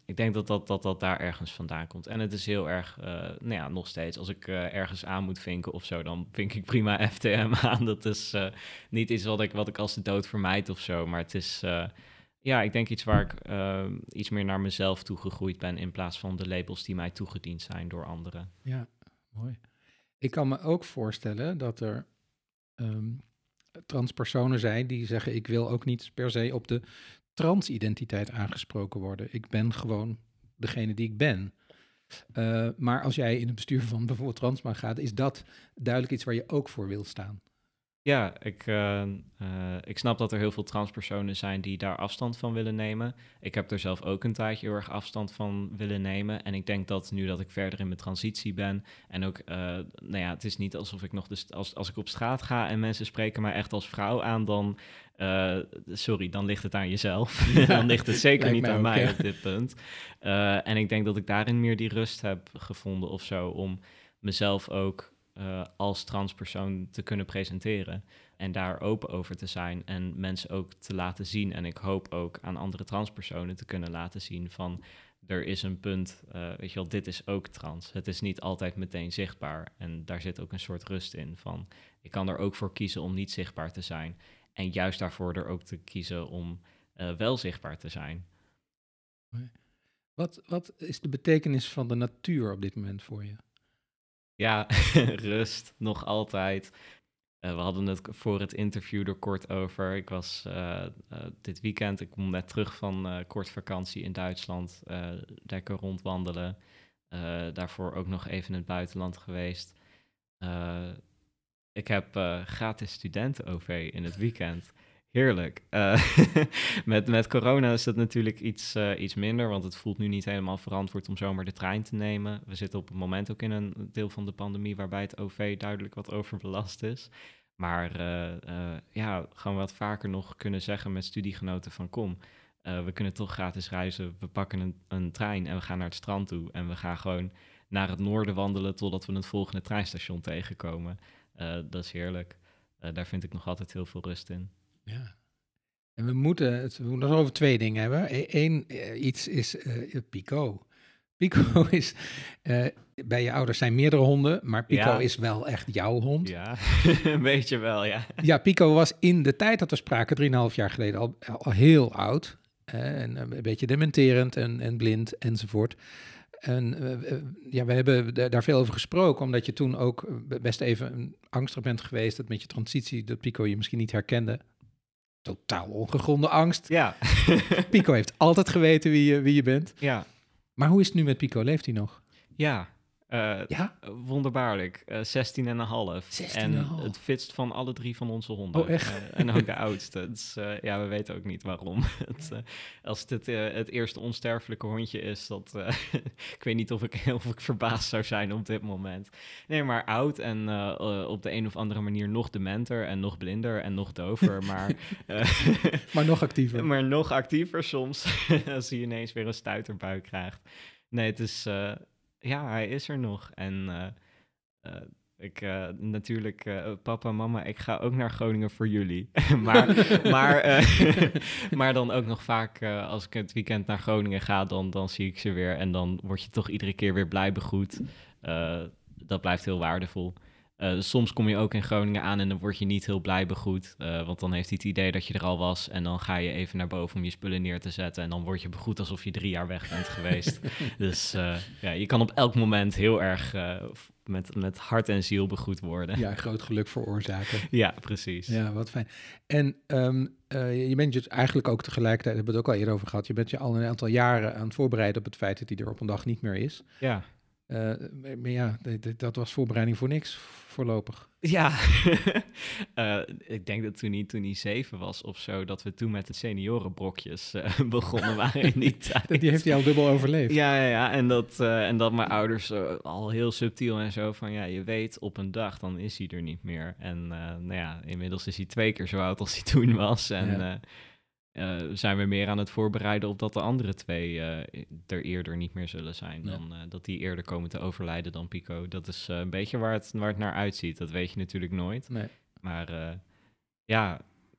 ik denk dat dat, dat dat daar ergens vandaan komt. En het is heel erg, uh, nou ja, nog steeds, als ik uh, ergens aan moet vinken of zo, dan vink ik prima F T M aan. Dat is uh, niet iets wat ik, wat ik als de dood vermijd of zo, maar het is, uh, ja, ik denk iets waar ik uh, iets meer naar mezelf toegegroeid ben in plaats van de labels die mij toegediend zijn door anderen. Ja, mooi. Ik kan me ook voorstellen dat er um, transpersonen zijn die zeggen, ik wil ook niet per se op de transidentiteit aangesproken worden. Ik ben gewoon degene die ik ben. Uh, maar als jij in het bestuur van bijvoorbeeld Transma gaat, is dat duidelijk iets waar je ook voor wil staan? Ja, ik, uh, uh, ik snap dat er heel veel transpersonen zijn die daar afstand van willen nemen. Ik heb er zelf ook een tijdje heel erg afstand van willen nemen. En ik denk dat nu dat ik verder in mijn transitie ben en ook, uh, nou ja, het is niet alsof ik nog, dus als, als ik op straat ga en mensen spreken mij echt als vrouw aan, dan, uh, sorry, dan ligt het aan jezelf. Ja, dan ligt het zeker niet aan ook, mij ja. op dit punt. Uh, en ik denk dat ik daarin meer die rust heb gevonden of zo, om mezelf ook Uh, als transpersoon te kunnen presenteren en daar open over te zijn en mensen ook te laten zien. En ik hoop ook aan andere transpersonen te kunnen laten zien van, er is een punt, uh, weet je wel, dit is ook trans. Het is niet altijd meteen zichtbaar en daar zit ook een soort rust in van, ik kan er ook voor kiezen om niet zichtbaar te zijn en juist daarvoor er ook te kiezen om uh, wel zichtbaar te zijn. Wat, wat is de betekenis van de natuur op dit moment voor je? Ja, rust, nog altijd. Uh, we hadden het voor het interview er kort over. Ik was uh, uh, dit weekend, ik kom net terug van uh, kort vakantie in Duitsland, uh, lekker rondwandelen. Uh, daarvoor ook nog even in het buitenland geweest. Uh, ik heb uh, gratis studenten-O V in het weekend. Heerlijk. Uh, met, met corona is dat natuurlijk iets, uh, iets minder, want het voelt nu niet helemaal verantwoord om zomaar de trein te nemen. We zitten op het moment ook in een deel van de pandemie waarbij het O V duidelijk wat overbelast is. Maar uh, uh, ja, gewoon wat vaker nog kunnen zeggen met studiegenoten van kom, uh, we kunnen toch gratis reizen, we pakken een, een trein en we gaan naar het strand toe. En we gaan gewoon naar het noorden wandelen totdat we het volgende treinstation tegenkomen. Uh, dat is heerlijk. Uh, daar vind ik nog altijd heel veel rust in. Ja, en we moeten het we moeten het over twee dingen hebben. Eén uh, iets is uh, Pico. Pico is, uh, bij je ouders zijn meerdere honden, maar Pico ja. is wel echt jouw hond. Ja, een beetje wel, ja. Ja, Pico was in de tijd dat we spraken, drieënhalf jaar geleden, al, al heel oud. Uh, en een beetje dementerend en, en blind enzovoort. En uh, uh, ja, we hebben d- daar veel over gesproken, omdat je toen ook best even angstig bent geweest, dat met je transitie, dat Pico je misschien niet herkende. Totaal ongegronde angst. Ja. Pico heeft altijd geweten wie je, wie je bent. Ja. Maar hoe is het nu met Pico? Leeft hij nog? Ja. Uh, ja? Wonderbaarlijk. Uh, zestien en een half. zestien en een half. Het fitst van alle drie van onze honden. Oh, echt? Uh, en ook de oudste. Dus, uh, ja, we weten ook niet waarom. het, uh, als het uh, het eerste onsterfelijke hondje is, dat, uh, ik weet niet of ik, of ik verbaasd zou zijn op dit moment. Nee, maar oud en uh, uh, op de een of andere manier nog dementer en nog blinder en nog dover. maar, uh, maar nog actiever. Maar nog actiever soms, als hij ineens weer een stuiterbui krijgt. Nee, het is... Uh, Ja, hij is er nog. En uh, uh, ik uh, natuurlijk, uh, papa, mama, ik ga ook naar Groningen voor jullie. maar, maar, uh, maar dan ook nog vaak, uh, als ik het weekend naar Groningen ga, dan, dan zie ik ze weer. En dan word je toch iedere keer weer blij begroet. Uh, dat blijft heel waardevol. Uh, soms kom je ook in Groningen aan en dan word je niet heel blij begroet. Uh, want dan heeft hij het idee dat je er al was. En dan ga je even naar boven om je spullen neer te zetten. En dan word je begroet alsof je drie jaar weg bent geweest. Dus uh, ja, je kan op elk moment heel erg uh, met, met hart en ziel begroet worden. Ja, groot geluk veroorzaken. Ja, precies. Ja, wat fijn. En um, uh, je bent je eigenlijk ook tegelijkertijd, hebben we het ook al eerder over gehad. Je bent je al een aantal jaren aan het voorbereiden op het feit dat hij er op een dag niet meer is. Ja. Uh, maar ja, d- d- dat was voorbereiding voor niks voorlopig. Ja, uh, ik denk dat toen hij, toen hij zeven was of zo, dat we toen met de seniorenbrokjes uh, begonnen waren in die tijd. Die heeft hij al dubbel overleefd. Ja, ja, ja. En, dat, uh, en dat mijn ouders uh, al heel subtiel en zo van, ja, je weet op een dag, dan is hij er niet meer. En uh, nou ja, inmiddels is hij twee keer zo oud als hij toen was. En ja. uh, Uh, zijn we meer aan het voorbereiden op dat de andere twee uh, er eerder niet meer zullen zijn. Ja. Dan uh, dat die eerder komen te overlijden dan Pico. Dat is uh, een beetje waar het, waar het naar uitziet. Dat weet je natuurlijk nooit. Nee. Maar uh, ja,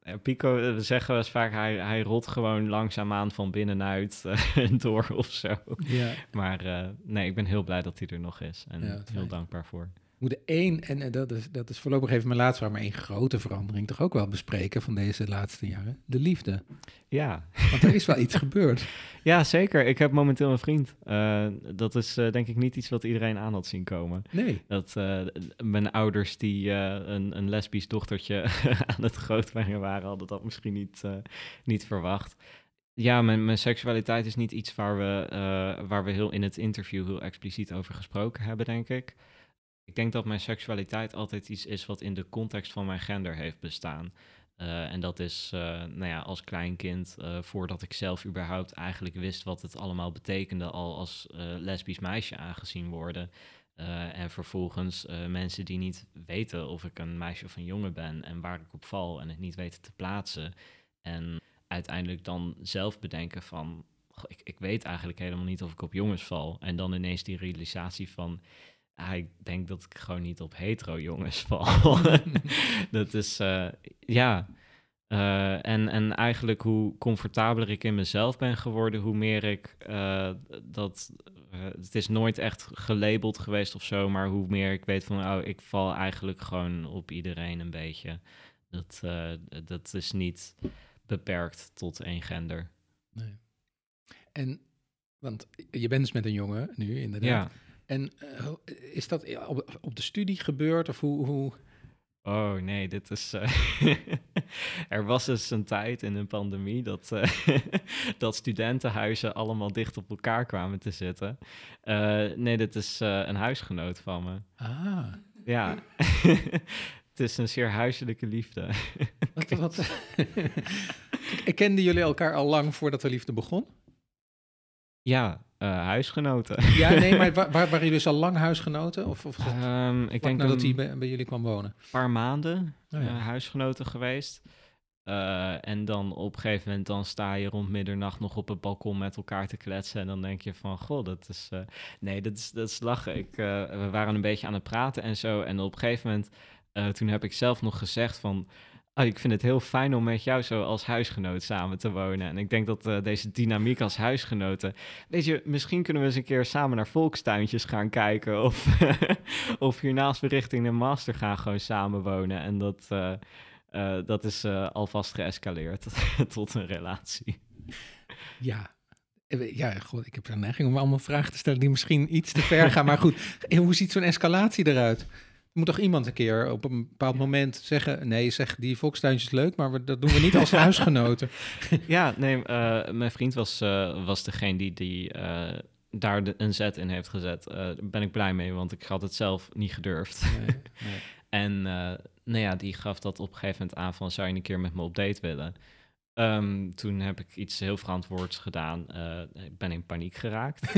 Ja, Pico, we zeggen wel eens vaak, hij, hij rolt gewoon langzaamaan van binnenuit uh, door of zo. Ja. Maar uh, nee, ik ben heel blij dat hij er nog is. En Ja, heel fijn. dankbaar voor. We moeten één, en uh, dat, is, dat is voorlopig even mijn laatste vraag, maar één grote verandering toch ook wel bespreken van deze laatste jaren. De liefde. Ja. Want er is wel iets gebeurd. Ja, zeker. Ik heb momenteel een vriend. Uh, dat is uh, denk ik niet iets wat iedereen aan had zien komen. Nee. Dat uh, mijn ouders die uh, een, een lesbisch dochtertje aan het grootbrengen waren, hadden dat misschien niet, uh, niet verwacht. Ja, mijn, mijn seksualiteit is niet iets waar we, uh, waar we heel in het interview heel expliciet over gesproken hebben, denk ik. Ik denk dat mijn seksualiteit altijd iets is wat in de context van mijn gender heeft bestaan. Uh, en dat is, uh, nou ja, als kleinkind, uh, voordat ik zelf überhaupt eigenlijk wist wat het allemaal betekende, al als uh, lesbisch meisje aangezien worden. Uh, en vervolgens uh, mensen die niet weten of ik een meisje of een jongen ben en waar ik op val en het niet weten te plaatsen. En uiteindelijk dan zelf bedenken van, goh, ik, ik weet eigenlijk helemaal niet of ik op jongens val. En dan ineens die realisatie van, ah, ik denk dat ik gewoon niet op hetero jongens val. Dat is, uh, ja... Uh, en, en eigenlijk hoe comfortabeler ik in mezelf ben geworden, hoe meer ik uh, dat... Uh, het is nooit echt gelabeld geweest of zo, maar hoe meer ik weet van, oh, ik val eigenlijk gewoon op iedereen een beetje. Dat, uh, dat is niet beperkt tot één gender. Nee. En, want je bent dus met een jongen nu, inderdaad. Ja. En uh, is dat op, op de studie gebeurd of hoe... hoe... Oh nee, dit is... Uh, er was dus een tijd in een pandemie dat, uh, dat studentenhuizen allemaal dicht op elkaar kwamen te zitten. Uh, nee, dit is uh, een huisgenoot van me. Ah. Ja, het is een zeer huiselijke liefde. Wat, wat? Kenden jullie elkaar al lang voordat de liefde begon? Ja, uh, huisgenoten. Ja, nee, maar waar, waar, waren jullie dus al lang huisgenoten? Of, of um, ik denk nadat hij bij, bij jullie kwam wonen? Een paar maanden oh, ja. uh, huisgenoten geweest. Uh, en dan op een gegeven moment dan sta je rond middernacht nog op het balkon met elkaar te kletsen. En dan denk je van, goh, dat is... Uh, nee, dat is, dat is lachen. Ik, uh, we waren een beetje aan het praten en zo. En op een gegeven moment, uh, toen heb ik zelf nog gezegd van... Oh, ik vind het heel fijn om met jou zo als huisgenoot samen te wonen. En ik denk dat uh, deze dynamiek als huisgenoten... Weet je, misschien kunnen we eens een keer samen naar volkstuintjes gaan kijken. Of, of hiernaast we richting een master gaan gewoon samen wonen. En dat, uh, uh, dat is uh, alvast geëscaleerd tot een relatie. Ja. Ja, god, ik heb een neiging om allemaal vragen te stellen die misschien iets te ver gaan. Maar goed, hoe ziet zo'n escalatie eruit? Er moet toch iemand een keer op een bepaald moment zeggen... nee, zeg, die volkstuintje is leuk, maar we, dat doen we niet als huisgenoten. Ja, nee, uh, mijn vriend was, uh, was degene die, die uh, daar de, een zet in heeft gezet. Uh, daar ben ik blij mee, want ik had het zelf niet gedurfd. Nee, nee. En uh, nou ja, die gaf dat op een gegeven moment aan van... zou je een keer met me op date willen? Um, toen heb ik iets heel verantwoords gedaan. Uh, ik ben in paniek geraakt.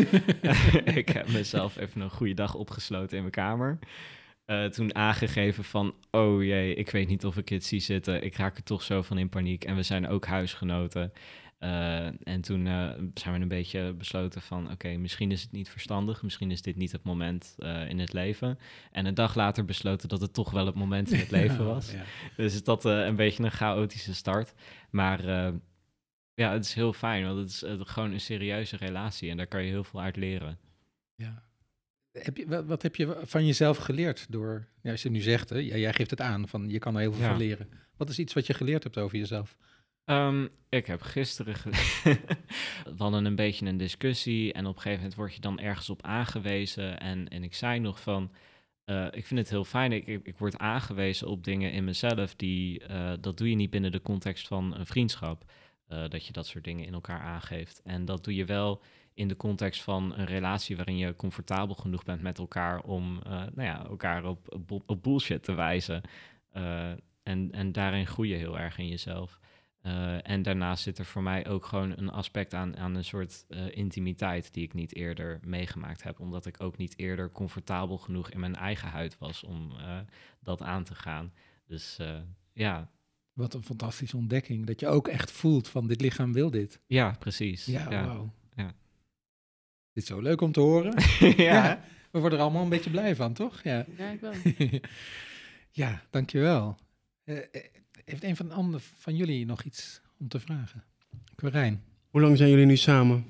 Ik heb mezelf even een goede dag opgesloten in mijn kamer... Uh, toen aangegeven van, oh jee, ik weet niet of ik het zie zitten. Ik raak er toch zo van in paniek. En we zijn ook huisgenoten. Uh, en toen uh, zijn we een beetje besloten van, oké, okay, misschien is het niet verstandig. Misschien is dit niet het moment uh, in het leven. En een dag later besloten dat het toch wel het moment in het leven was. Ja, ja. Dus is dat uh, een beetje een chaotische start. Maar uh, ja, het is heel fijn, want het is uh, gewoon een serieuze relatie. En daar kan je heel veel uit leren. Ja. Heb je, wat, wat heb je van jezelf geleerd door, ja, als je nu zegt, hè, ja, jij geeft het aan, van je kan er heel veel ja. van leren. Wat is iets wat je geleerd hebt over jezelf? Um, ik heb gisteren geleerd, we hadden een beetje een discussie en op een gegeven moment word je dan ergens op aangewezen en, en ik zei nog van, uh, ik vind het heel fijn, ik, ik, ik word aangewezen op dingen in mezelf die, uh, dat doe je niet binnen de context van een vriendschap, uh, dat je dat soort dingen in elkaar aangeeft. En dat doe je wel in de context van een relatie waarin je comfortabel genoeg bent met elkaar om uh, nou ja, elkaar op, op, op bullshit te wijzen. Uh, en, en daarin groei je heel erg in jezelf. Uh, en daarnaast zit er voor mij ook gewoon een aspect aan, aan een soort uh, intimiteit die ik niet eerder meegemaakt heb. Omdat ik ook niet eerder comfortabel genoeg in mijn eigen huid was om uh, dat aan te gaan. Dus uh, ja. Wat een fantastische ontdekking. Dat je ook echt voelt van dit lichaam wil dit. Ja, precies. Ja, ja. wauw. Ja. Dit is zo leuk om te horen. ja. ja. We worden er allemaal een beetje blij van, toch? Ja, ja ik wel. Ja, dankjewel. Uh, heeft een van, de andere, van jullie nog iets om te vragen? Quirijn. Hoe lang zijn jullie nu samen?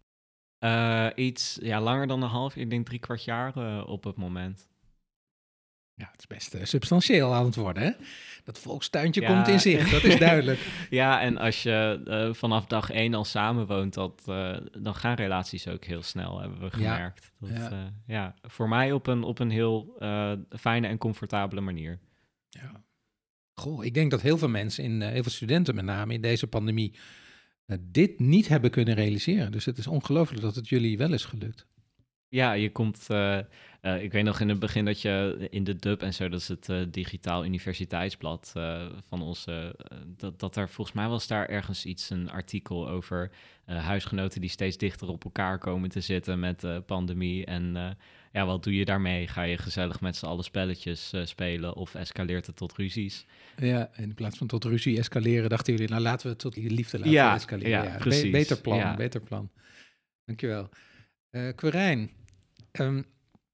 Uh, iets ja, langer dan een half, ik denk drie kwart jaar uh, op het moment. Ja, het is best uh, substantieel aan het worden, hè? Dat volkstuintje ja. komt in zicht, dat is duidelijk. Ja, en als je uh, vanaf dag één al samenwoont, dat, uh, dan gaan relaties ook heel snel, hebben we gemerkt. Ja, dat, ja. Uh, ja voor mij op een, op een heel uh, fijne en comfortabele manier. Ja. Goh, ik denk dat heel veel mensen, in, uh, heel veel studenten met name, in deze pandemie uh, dit niet hebben kunnen realiseren. Dus het is ongelooflijk dat het jullie wel is gelukt. Ja, je komt... Uh, uh, ik weet nog in het begin dat je in de D U B en zo, dat is het uh, digitaal universiteitsblad uh, van ons, uh, dat, dat er volgens mij was daar ergens iets, een artikel over uh, huisgenoten die steeds dichter op elkaar komen te zitten met de uh, pandemie. En uh, ja, wat doe je daarmee? Ga je gezellig met z'n allen spelletjes uh, spelen of escaleert het tot ruzies? Ja, in plaats van tot ruzie escaleren, dachten jullie, nou laten we het tot liefde laten ja, escaleren. Ja, ja, precies. Be- beter plan, ja. beter plan. Dankjewel. Uh, Quirijn, um,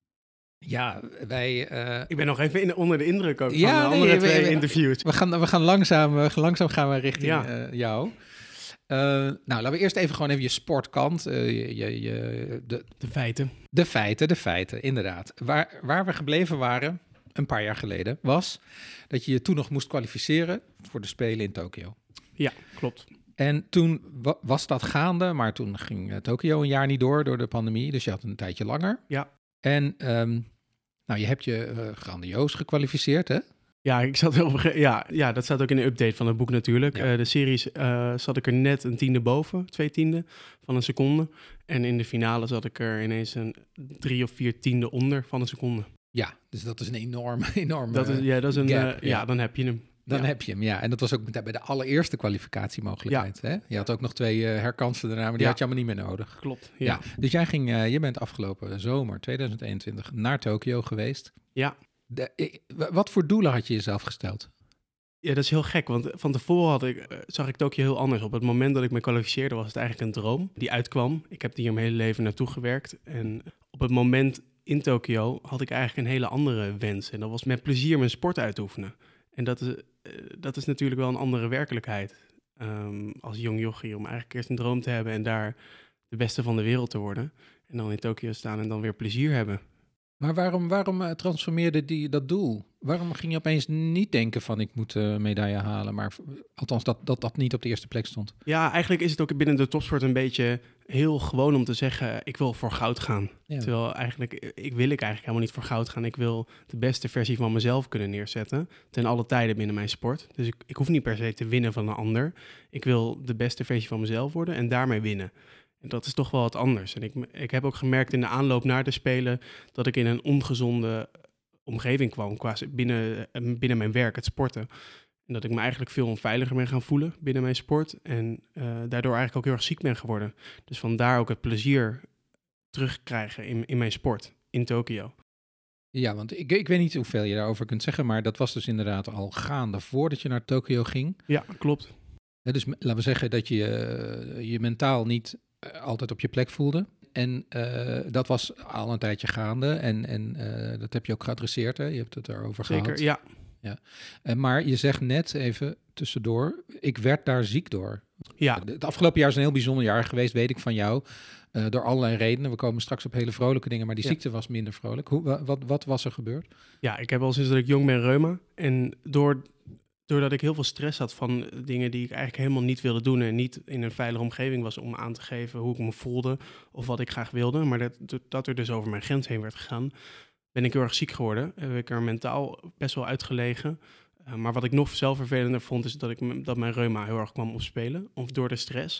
ja, wij... Uh, ik ben nog even in, onder de indruk ook ja, van de nee, andere we, twee we, interviews. We gaan, we gaan langzaam, we gaan langzaam gaan we richting ja. uh, jou. Uh, nou, laten we eerst even gewoon even je sportkant. Uh, je, je, je, de, de feiten. De feiten, de feiten, inderdaad. Waar, waar we gebleven waren, een paar jaar geleden, was dat je je toen nog moest kwalificeren voor de Spelen in Tokio. Ja, klopt. En toen wa- was dat gaande, maar toen ging uh, Tokio een jaar niet door, door de pandemie. Dus je had een tijdje langer. Ja. En um, nou, je hebt je uh, grandioos gekwalificeerd, hè? Ja, ik zat heel begre- ja, ja, dat staat ook in de update van het boek natuurlijk. Ja. Uh, de series uh, zat ik er net een tiende boven, twee tiende van een seconde. En in de finale zat ik er ineens een drie of vier tiende onder van een seconde. Ja, dus dat is een enorme, enorme dat is, ja, dat is een gap, uh, ja. ja, dan heb je hem. Dan ja. heb je hem, ja. En dat was ook bij de allereerste kwalificatiemogelijkheid. Ja. Hè? Je had ook nog twee uh, herkansen daarna, maar die ja. had je allemaal niet meer nodig. Klopt, ja. ja. Dus jij ging, uh, je bent afgelopen zomer tweeduizend eenentwintig naar Tokio geweest. Ja. De, ik, wat voor doelen had je jezelf gesteld? Ja, dat is heel gek, want van tevoren had ik, uh, zag ik Tokio heel anders. Op het moment dat ik me kwalificeerde was het eigenlijk een droom die uitkwam. Ik heb hier mijn hele leven naartoe gewerkt. En op het moment in Tokio had ik eigenlijk een hele andere wens. En dat was met plezier mijn sport uitoefenen. En dat is, uh, dat is natuurlijk wel een andere werkelijkheid. Um, als jong jochie, om eigenlijk eerst een droom te hebben en daar de beste van de wereld te worden. En dan in Tokio staan en dan weer plezier hebben. Maar waarom, waarom uh, transformeerde die dat doel? Waarom ging je opeens niet denken van ik moet uh, medaille halen, maar althans dat, dat dat niet op de eerste plek stond? Ja, eigenlijk is het ook binnen de topsport een beetje heel gewoon om te zeggen ik wil voor goud gaan. Ja. Terwijl eigenlijk, ik wil ik eigenlijk helemaal niet voor goud gaan. Ik wil de beste versie van mezelf kunnen neerzetten, ten alle tijden binnen mijn sport. Dus ik, ik hoef niet per se te winnen van een ander. Ik wil de beste versie van mezelf worden en daarmee winnen. En dat is toch wel wat anders. En ik, ik heb ook gemerkt in de aanloop naar de Spelen dat ik in een ongezonde omgeving kwam, qua binnen, binnen mijn werk, het sporten. En dat ik me eigenlijk veel onveiliger ben gaan voelen binnen mijn sport. En uh, daardoor eigenlijk ook heel erg ziek ben geworden. Dus vandaar ook het plezier terugkrijgen in, in mijn sport in Tokio. Ja, want ik, ik weet niet hoeveel je daarover kunt zeggen, maar dat was dus inderdaad al gaande voordat je naar Tokio ging. Ja, klopt. Ja, dus laten we zeggen dat je uh, je mentaal niet uh, altijd op je plek voelde. En uh, dat was al een tijdje gaande en, en uh, dat heb je ook geadresseerd, hè? Je hebt het erover Zeker, gehad. ja. ja. Uh, maar je zegt net even tussendoor, ik werd daar ziek door. Ja. Het afgelopen jaar is een heel bijzonder jaar geweest, weet ik van jou. Uh, door allerlei redenen. We komen straks op hele vrolijke dingen, maar die ja. ziekte was minder vrolijk. Hoe, wat, wat was er gebeurd? Ja, ik heb al sinds dat ik jong ben reuma. En door... Doordat ik heel veel stress had van dingen die ik eigenlijk helemaal niet wilde doen en niet in een veilige omgeving was om aan te geven hoe ik me voelde of wat ik graag wilde, maar dat, dat er dus over mijn grens heen werd gegaan, ben ik heel erg ziek geworden. Heb ik er mentaal best wel uitgelegen. Uh, maar wat ik nog zelf vervelender vond, is dat, ik, dat mijn reuma heel erg kwam opspelen, of door de stress.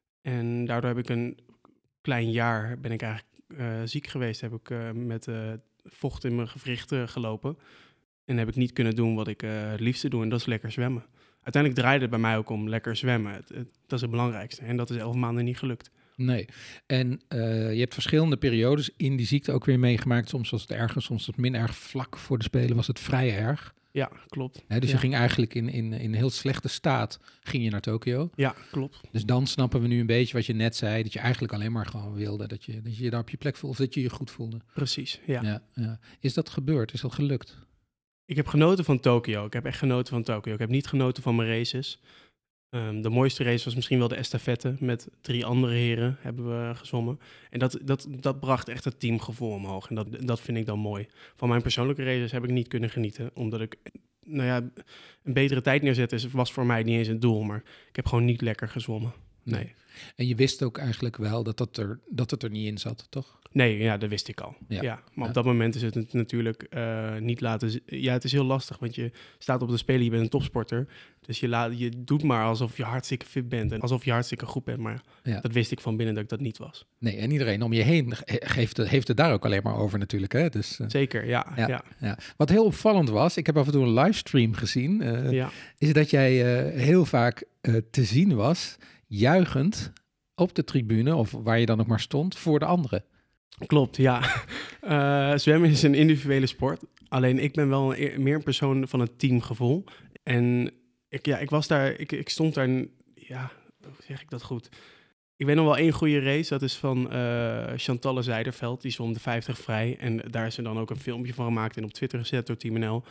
En daardoor heb ik een klein jaar, ben ik eigenlijk uh, ziek geweest, heb ik uh, met uh, vocht in mijn gewrichten gelopen. En heb ik niet kunnen doen wat ik uh, het liefste doe, en dat is lekker zwemmen. Uiteindelijk draaide het bij mij ook om lekker zwemmen. Het, het, dat is het belangrijkste. En dat is elf maanden niet gelukt. Nee. En uh, je hebt verschillende periodes in die ziekte ook weer meegemaakt. Soms was het erger, soms was het min erg. Vlak voor de Spelen was het vrij erg. Ja, klopt. Hè, dus ja. je ging eigenlijk in, in, in een heel slechte staat ging je naar Tokio. Ja, klopt. Dus dan snappen we nu een beetje wat je net zei. Dat je eigenlijk alleen maar gewoon wilde dat je dat je, je daar op je plek voelde. Of dat je je goed voelde. Precies, ja. ja, ja. Is dat gebeurd? Is dat gelukt? ik heb genoten van Tokio. Ik heb echt genoten van Tokio. Ik heb niet genoten van mijn races. Um, de mooiste race was misschien wel de estafette. Met drie andere heren hebben we gezwommen. En dat, dat, dat bracht echt het teamgevoel omhoog. En dat, dat vind ik dan mooi. Van mijn persoonlijke races heb ik niet kunnen genieten. Omdat ik, nou ja, een betere tijd neerzetten was voor mij niet eens het doel. Maar ik heb gewoon niet lekker gezwommen. Nee. nee. En je wist ook eigenlijk wel dat, dat, er, dat het er niet in zat, toch? Nee, ja, dat wist ik al. Ja. ja maar ja. op dat moment is het natuurlijk uh, niet laten... Z- ja, het is heel lastig, want je staat op de Spelen, je bent een topsporter. Dus je, la- je doet maar alsof je hartstikke fit bent en alsof je hartstikke goed bent. Maar ja. dat wist ik van binnen dat ik dat niet was. Nee, en iedereen om je heen geeft het, heeft het daar ook alleen maar over natuurlijk. Hè? Dus, uh, Zeker, ja, ja, ja. ja. Wat heel opvallend was, ik heb af en toe een livestream gezien, uh, ja. is dat jij uh, heel vaak uh, te zien was, juichend op de tribune, of waar je dan ook maar stond, voor de anderen. Klopt, ja. Uh, zwemmen is een individuele sport. Alleen ik ben wel een, meer een persoon van het teamgevoel. En ik, ja, ik was daar, ik, ik stond daar, ja, hoe zeg ik dat goed? Ik weet nog wel één goede race, dat is van uh, Chantalle Zijderveld. Die zwom de vijftig vrij en daar is er dan ook een filmpje van gemaakt en op Twitter gezet door Team N L.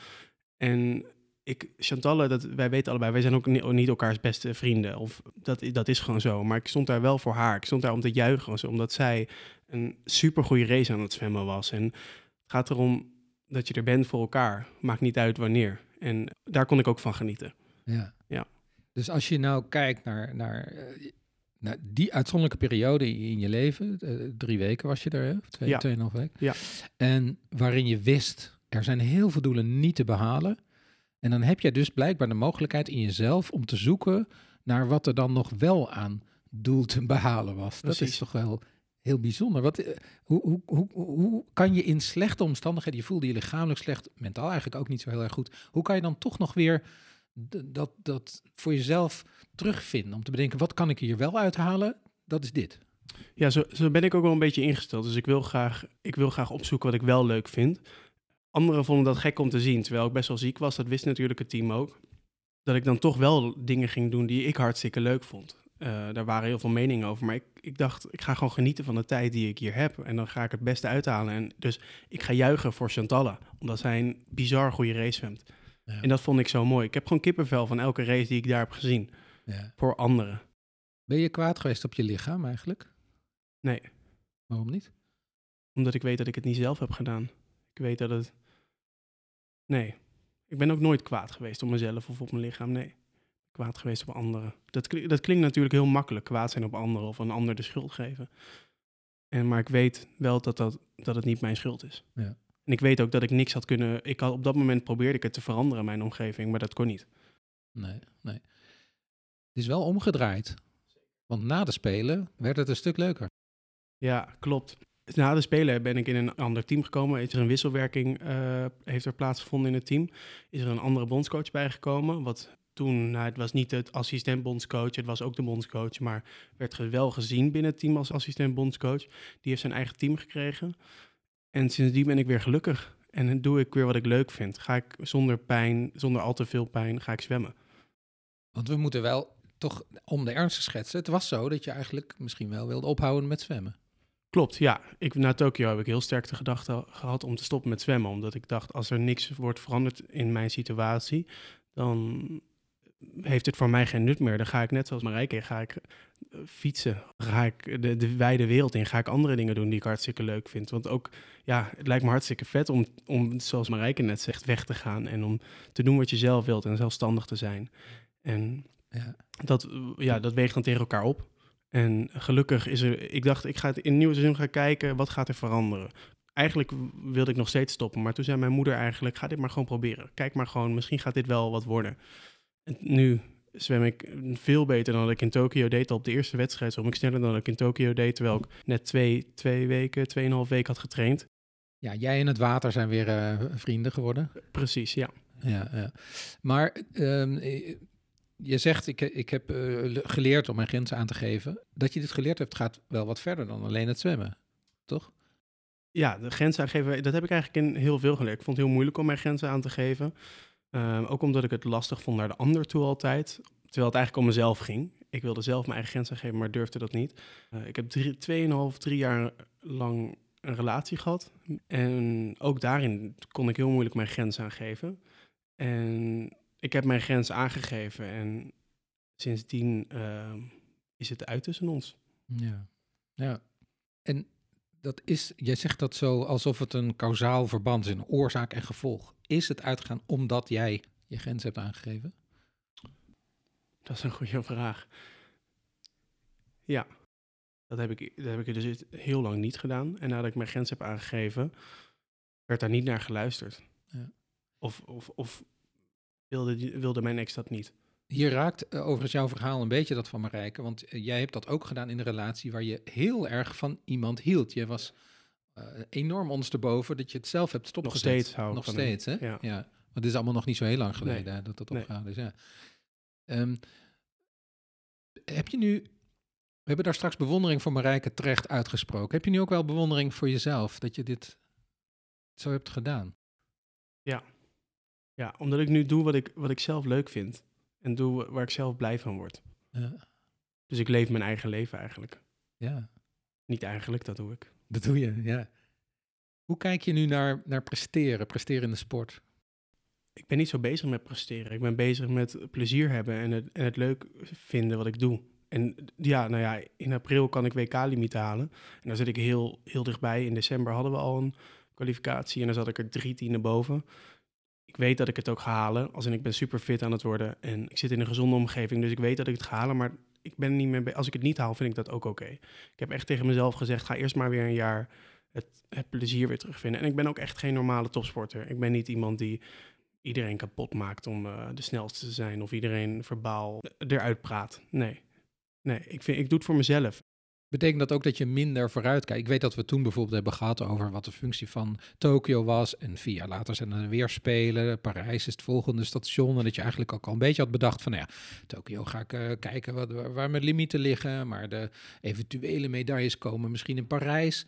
En ik, Chantalle, dat, wij weten allebei, wij zijn ook niet, niet elkaars beste vrienden. Of dat, dat is gewoon zo. Maar ik stond daar wel voor haar. Ik stond daar om te juichen, omdat zij een supergoeie race aan het zwemmen was. En het gaat erom dat je er bent voor elkaar. Maakt niet uit wanneer. En daar kon ik ook van genieten. Ja. ja. Dus als je nou kijkt naar, naar, naar die uitzonderlijke periode in je leven, uh, drie weken was je er, hè? Of twee, ja. tweeënhalf week. Ja. En waarin je wist, er zijn heel veel doelen niet te behalen. En dan heb je dus blijkbaar de mogelijkheid in jezelf om te zoeken naar wat er dan nog wel aan doel te behalen was. Precies. Dat is toch wel heel bijzonder. Wat, hoe, hoe, hoe, hoe kan je in slechte omstandigheden, je voelde je lichamelijk slecht, mentaal eigenlijk ook niet zo heel erg goed, hoe kan je dan toch nog weer d- dat, dat voor jezelf terugvinden? Om te bedenken, wat kan ik hier wel uithalen? Dat is dit. Ja, zo, zo ben ik ook wel een beetje ingesteld. Dus ik wil graag, ik wil graag opzoeken wat ik wel leuk vind. Anderen vonden dat gek om te zien, terwijl ik best wel ziek was. Dat wist natuurlijk het team ook. Dat ik dan toch wel dingen ging doen die ik hartstikke leuk vond. Uh, daar waren heel veel meningen over. Maar ik, ik dacht, ik ga gewoon genieten van de tijd die ik hier heb. En dan ga ik het beste uithalen. En dus ik ga juichen voor Chantalle. Omdat zij een bizar goede race zwemt. Ja. En dat vond ik zo mooi. Ik heb gewoon kippenvel van elke race die ik daar heb gezien. Ja. Voor anderen. Ben je kwaad geweest op je lichaam eigenlijk? Nee. Waarom niet? Omdat ik weet dat ik het niet zelf heb gedaan. Ik weet dat het... Nee. Ik ben ook nooit kwaad geweest op mezelf of op mijn lichaam. Nee. Kwaad geweest op anderen. Dat, klinkt, dat klinkt natuurlijk heel makkelijk, kwaad zijn op anderen of een ander de schuld geven. En, maar ik weet wel dat, dat, dat het niet mijn schuld is. Ja. En ik weet ook dat ik niks had kunnen... Ik had, op dat moment probeerde ik het te veranderen in mijn omgeving, maar dat kon niet. Nee, nee. Het is wel omgedraaid. Want na de Spelen werd het een stuk leuker. Ja, klopt. Na de Spelen ben ik in een ander team gekomen. Is er een wisselwerking uh, heeft er plaatsgevonden in het team. Is er een andere bondscoach bijgekomen, wat... Toen, nou, het was niet het assistent-bondscoach, het was ook de bondscoach, maar werd wel gezien binnen het team als assistent-bondscoach. Die heeft zijn eigen team gekregen. En sindsdien ben ik weer gelukkig. En dan doe ik weer wat ik leuk vind. Ga ik zonder pijn, zonder al te veel pijn, ga ik zwemmen. Want we moeten wel toch, om de ernst te schetsen, het was zo dat je eigenlijk misschien wel wilde ophouden met zwemmen. Klopt, ja. Ik, na Tokio heb ik heel sterk de gedachte gehad om te stoppen met zwemmen. Omdat ik dacht, als er niks wordt veranderd in mijn situatie, dan... heeft het voor mij geen nut meer. Dan ga ik net zoals Marijke, ga ik uh, fietsen. Ga ik de, de wijde wereld in. Ga ik andere dingen doen die ik hartstikke leuk vind. Want ook, ja, het lijkt me hartstikke vet om, om zoals Marijke net zegt, weg te gaan. En om te doen wat je zelf wilt en zelfstandig te zijn. En ja. Dat, ja, dat weegt dan tegen elkaar op. En gelukkig is er... Ik dacht, ik ga het in het nieuwe seizoen gaan kijken, wat gaat er veranderen? Eigenlijk wilde ik nog steeds stoppen. Maar toen zei mijn moeder eigenlijk, ga dit maar gewoon proberen. Kijk maar gewoon, misschien gaat dit wel wat worden. En nu zwem ik veel beter dan dat ik in Tokio deed. Al op de eerste wedstrijd zwom ik sneller dan dat ik in Tokio deed. Terwijl ik net twee, twee weken, tweeënhalf weken had getraind. Ja, jij en het water zijn weer uh, vrienden geworden. Precies, ja. Ja, ja. Maar um, je zegt, ik, ik heb uh, geleerd om mijn grenzen aan te geven. Dat je dit geleerd hebt gaat wel wat verder dan alleen het zwemmen, toch? Ja, de grenzen aangeven, dat heb ik eigenlijk in heel veel geleerd. Ik vond het heel moeilijk om mijn grenzen aan te geven. Um, ook omdat ik het lastig vond naar de ander toe altijd. Terwijl het eigenlijk om mezelf ging. Ik wilde zelf mijn eigen grenzen geven, maar durfde dat niet. Uh, ik heb drie, tweeënhalf, drie jaar lang een relatie gehad. En ook daarin kon ik heel moeilijk mijn grens aangeven. En ik heb mijn grens aangegeven en sindsdien uh, is het uit tussen ons. Ja, ja. En dat is, jij zegt dat zo alsof het een kausaal verband is, een oorzaak en gevolg. Is het uitgegaan omdat jij je grens hebt aangegeven? Dat is een goede vraag. Ja, dat heb ik, dat heb ik dus heel lang niet gedaan. En nadat ik mijn grens heb aangegeven, werd daar niet naar geluisterd. Ja. Of, of, of wilde, wilde mijn ex dat niet. Hier raakt uh, overigens jouw verhaal een beetje dat van Marijke, want uh, jij hebt dat ook gedaan in een relatie waar je heel erg van iemand hield. Je was uh, enorm ondersteboven dat je het zelf hebt stopgezet. Nog steeds hou ik Nog van steeds, hem. hè? Ja. Ja. Want dit is allemaal nog niet zo heel lang geleden nee. hè, dat dat nee. opgehouden is. Ja. Um, heb je nu, we hebben daar straks bewondering voor Marijke terecht uitgesproken. Heb je nu ook wel bewondering voor jezelf dat je dit zo hebt gedaan? Ja, ja omdat ik nu doe wat ik, wat ik zelf leuk vind. En doe waar ik zelf blij van word. Ja. Dus ik leef mijn eigen leven eigenlijk. Ja. Niet eigenlijk, dat doe ik. Dat doe je, ja. Hoe kijk je nu naar, naar presteren, presteren in de sport? Ik ben niet zo bezig met presteren. Ik ben bezig met plezier hebben en het, en het leuk vinden wat ik doe. En ja, nou ja, in april kan ik W K-limiet halen. En daar zit ik heel, heel dichtbij. In december hadden we al een kwalificatie en dan zat ik er drie tienden boven. Ik weet dat ik het ook ga halen, als in ik ben super fit aan het worden en ik zit in een gezonde omgeving, dus ik weet dat ik het ga halen, maar ik ben niet meer be- als ik het niet haal, vind ik dat ook oké. Okay. Ik heb echt tegen mezelf gezegd, ga eerst maar weer een jaar het, het plezier weer terugvinden. En ik ben ook echt geen normale topsporter. Ik ben niet iemand die iedereen kapot maakt om uh, de snelste te zijn of iedereen verbaal eruit praat. Nee, nee, ik, vind, ik doe het voor mezelf. Betekent dat ook dat je minder vooruit kijkt? Ik weet dat we toen bijvoorbeeld hebben gehad over wat de functie van Tokio was. En vier jaar later zijn er weer spelen. Parijs is het volgende station. En dat je eigenlijk ook al een beetje had bedacht van, nou ja, Tokio ga ik uh, kijken wat, waar mijn limieten liggen. Maar de eventuele medailles komen misschien in Parijs.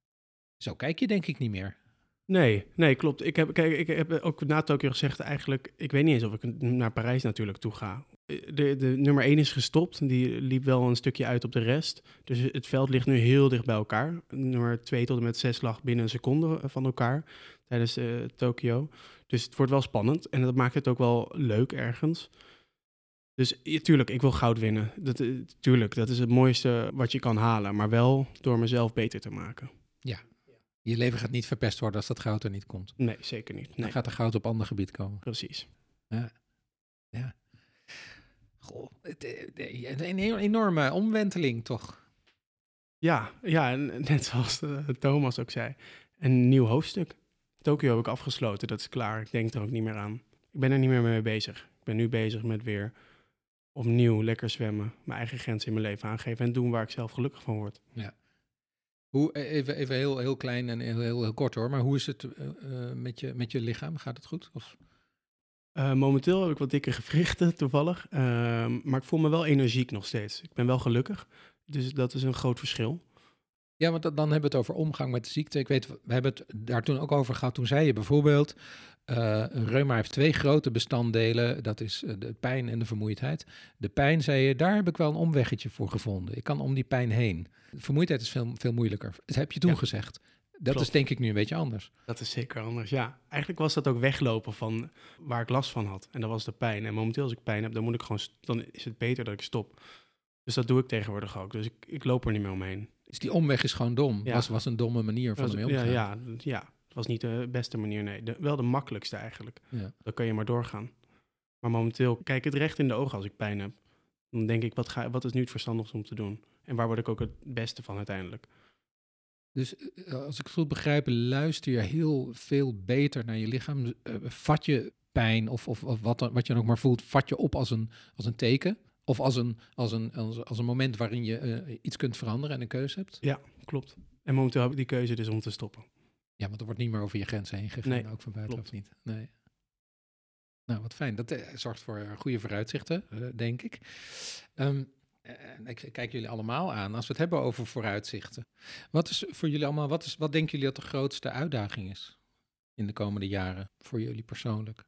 Zo kijk je denk ik niet meer. Nee, nee, klopt. Ik heb, kijk, ik heb ook na Tokio gezegd eigenlijk, ik weet niet eens of ik naar Parijs natuurlijk toe ga. De, de nummer één is gestopt, die liep wel een stukje uit op de rest. Dus het veld ligt nu heel dicht bij elkaar. Nummer twee tot en met zes lag binnen een seconde van elkaar tijdens uh, Tokio. Dus het wordt wel spannend en dat maakt het ook wel leuk ergens. Dus ja, tuurlijk, ik wil goud winnen. Dat, uh, tuurlijk, dat is het mooiste wat je kan halen, maar wel door mezelf beter te maken. Ja. Je leven gaat niet verpest worden als dat goud er niet komt. Nee, zeker niet. Nee. Dan gaat er goud op ander gebied komen. Precies. Ja. Ja. Goh, een enorme omwenteling toch? Ja, ja, net zoals uh, Thomas ook zei. Een nieuw hoofdstuk. Tokio heb ik afgesloten, dat is klaar. Ik denk er ook niet meer aan. Ik ben er niet meer mee bezig. Ik ben nu bezig met weer opnieuw lekker zwemmen. Mijn eigen grenzen in mijn leven aangeven en doen waar ik zelf gelukkig van word. Ja. Hoe, even even heel, heel klein en heel, heel, heel kort hoor, maar hoe is het uh, uh, met, je, met je lichaam? Gaat het goed? Of? Uh, momenteel heb ik wat dikke gewrichten toevallig, uh, maar ik voel me wel energiek nog steeds. Ik ben wel gelukkig, dus dat is een groot verschil. Ja, want dan hebben we het over omgang met de ziekte. Ik weet, we hebben het daar toen ook over gehad. Toen zei je bijvoorbeeld, uh, reuma heeft twee grote bestanddelen. Dat is uh, de pijn en de vermoeidheid. De pijn, zei je, daar heb ik wel een omweggetje voor gevonden. Ik kan om die pijn heen. De vermoeidheid is veel, veel moeilijker. Dat heb je toen ja. gezegd. Dat Klopt. Is denk ik nu een beetje anders. Dat is zeker anders, ja. Eigenlijk was dat ook weglopen van waar ik last van had. En dat was de pijn. En momenteel als ik pijn heb, dan moet ik gewoon, dan is het beter dat ik stop. Dus dat doe ik tegenwoordig ook. Dus ik, ik loop er niet meer omheen. Dus die omweg is gewoon dom. Ja. Was, was een domme manier van ermee omgaan. Ja, ja, ja, het was niet de beste manier, nee. De, wel de makkelijkste eigenlijk. Ja. Dan kan je maar doorgaan. Maar momenteel kijk het recht in de ogen als ik pijn heb. Dan denk ik, wat, ga, wat is nu het verstandigste om te doen? En waar word ik ook het beste van uiteindelijk? Dus als ik het goed begrijp, luister je heel veel beter naar je lichaam. Uh, vat je pijn of, of, of wat, wat je dan ook maar voelt, vat je op als een, als een teken? Of als een, als, een, als, als een moment waarin je uh, iets kunt veranderen en een keuze hebt? Ja, klopt. En momenteel heb ik die keuze dus om te stoppen. Ja, want er wordt niet meer over je grenzen heen gegaan, nee, ook van buitenaf niet. Nee. Nou, wat fijn. Dat uh, zorgt voor uh, goede vooruitzichten, uh, denk ik. Um, uh, ik kijk jullie allemaal aan. Als we het hebben over vooruitzichten. Wat is voor jullie allemaal, wat, is, wat denken jullie dat de grootste uitdaging is in de komende jaren voor jullie persoonlijk?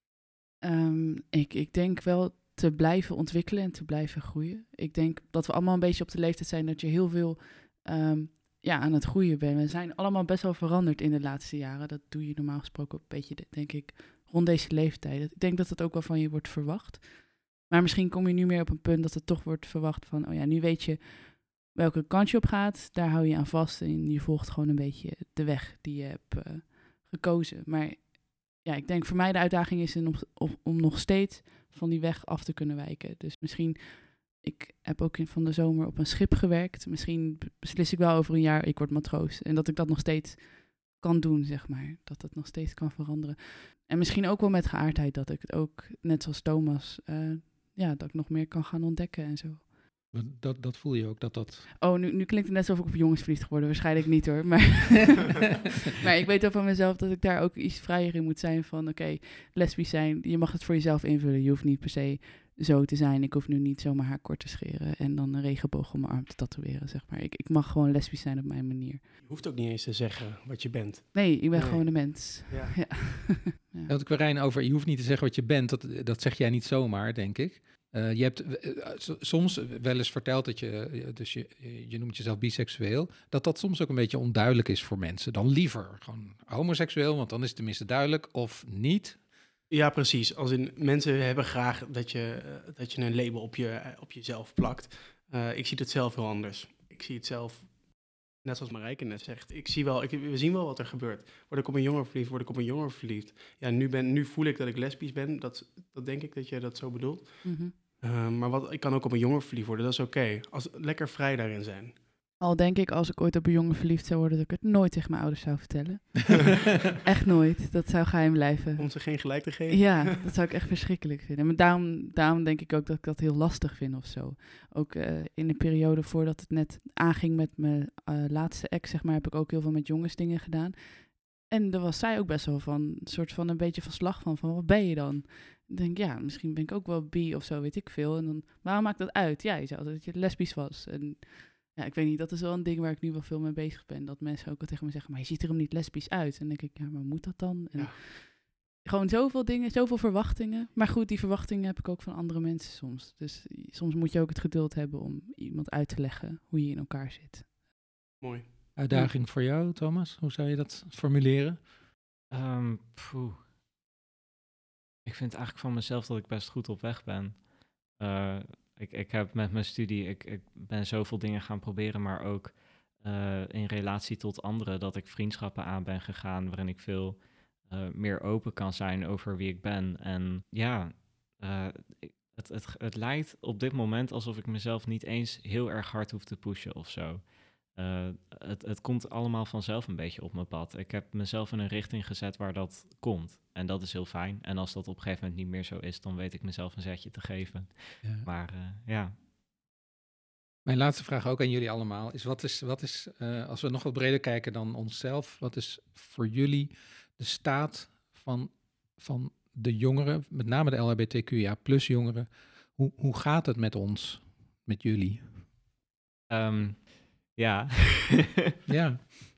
Um, ik, ik denk wel te blijven ontwikkelen en te blijven groeien. Ik denk dat we allemaal een beetje op de leeftijd zijn dat je heel veel um, ja, aan het groeien ben. We zijn allemaal best wel veranderd in de laatste jaren. Dat doe je normaal gesproken een beetje, denk ik, rond deze leeftijd. Ik denk dat het ook wel van je wordt verwacht. Maar misschien kom je nu meer op een punt dat het toch wordt verwacht van, oh ja, nu weet je welke kant je op gaat. Daar hou je aan vast en je volgt gewoon een beetje de weg die je hebt uh, gekozen. Maar ja, ik denk voor mij de uitdaging is om, om, om nog steeds van die weg af te kunnen wijken. Dus misschien, ik heb ook in, van de zomer op een schip gewerkt. Misschien beslis ik wel over een jaar, ik word matroos. En dat ik dat nog steeds kan doen, zeg maar. Dat het nog steeds kan veranderen. En misschien ook wel met geaardheid, dat ik het ook, net zoals Thomas, uh, ja, dat ik nog meer kan gaan ontdekken en zo. Dat, dat voel je ook, dat dat... Oh, nu, nu klinkt het net alsof ik op jongens verliefd geworden. Waarschijnlijk niet hoor. Maar, maar ik weet wel van mezelf dat ik daar ook iets vrijer in moet zijn van... Oké, okay, lesbisch zijn, je mag het voor jezelf invullen. Je hoeft niet per se zo te zijn. Ik hoef nu niet zomaar haar kort te scheren en dan een regenboog om mijn arm te tatoeëren, zeg maar. Ik, ik mag gewoon lesbisch zijn op mijn manier. Je hoeft ook niet eens te zeggen wat je bent. Nee, ik ben nee. gewoon een mens. Ja. Ja. Ja. Dat ik Rijn over, je hoeft niet te zeggen wat je bent. Dat, dat zeg jij niet zomaar, denk ik. Uh, je hebt uh, soms wel eens verteld dat je, uh, dus je, je noemt jezelf biseksueel, dat dat soms ook een beetje onduidelijk is voor mensen. Dan liever gewoon homoseksueel, want dan is het tenminste duidelijk, of niet. Ja, precies. Als in, mensen hebben graag dat je, uh, dat je een label op, je, uh, op jezelf plakt. Uh, ik zie het zelf heel anders. Ik zie het zelf, net zoals Marijke net zegt, ik zie wel, ik, we zien wel wat er gebeurt. Word ik op een jongen verliefd, word ik op een jongen verliefd. Ja, nu, ben, nu voel ik dat ik lesbisch ben, dat, dat denk ik dat je dat zo bedoelt. Mm-hmm. Uh, maar wat, ik kan ook op een jongen verliefd worden, dat is oké. Okay. Als lekker vrij daarin zijn. Al denk ik, als ik ooit op een jongen verliefd zou worden, dat ik het nooit tegen mijn ouders zou vertellen. Echt nooit. Dat zou geheim blijven. Om ze geen gelijk te geven? Ja, dat zou ik echt verschrikkelijk vinden. Maar daarom, daarom denk ik ook dat ik dat heel lastig vind of zo. Ook uh, in de periode voordat het net aanging met mijn uh, laatste ex, zeg maar, heb ik ook heel veel met jongens dingen gedaan. En daar was zij ook best wel van, een soort van een beetje van slag van, van wat ben je dan? Ik denk, ja, misschien ben ik ook wel bi of zo, weet ik veel. En dan, waarom maakt dat uit? Ja, je zei altijd dat je lesbisch was. En ja, ik weet niet, dat is wel een ding waar ik nu wel veel mee bezig ben. Dat mensen ook al tegen me zeggen, maar je ziet er hem niet lesbisch uit. En dan denk ik, ja, maar moet dat dan? En ja. Gewoon zoveel dingen, zoveel verwachtingen. Maar goed, die verwachtingen heb ik ook van andere mensen soms. Dus soms moet je ook het geduld hebben om iemand uit te leggen hoe je in elkaar zit. Mooi. Uitdaging voor jou, Thomas? Hoe zou je dat formuleren? Um, poeh. Ik vind eigenlijk van mezelf dat ik best goed op weg ben. Uh, ik, ik heb met mijn studie, ik, ik ben zoveel dingen gaan proberen, maar ook uh, in relatie tot anderen, dat ik vriendschappen aan ben gegaan waarin ik veel uh, meer open kan zijn over wie ik ben. En ja, uh, het, het, het lijkt op dit moment alsof ik mezelf niet eens heel erg hard hoef te pushen of zo. Uh, het, het komt allemaal vanzelf een beetje op mijn pad. Ik heb mezelf in een richting gezet waar dat komt. En dat is heel fijn. En als dat op een gegeven moment niet meer zo is, dan weet ik mezelf een zetje te geven. Ja. Maar uh, ja. Mijn laatste vraag ook aan jullie allemaal is, wat is, wat is uh, als we nog wat breder kijken dan onszelf, wat is voor jullie de staat van, van de jongeren, met name de L H B T Q I A plus jongeren? Hoe, hoe gaat het met ons, met jullie? Um, Ja. ja.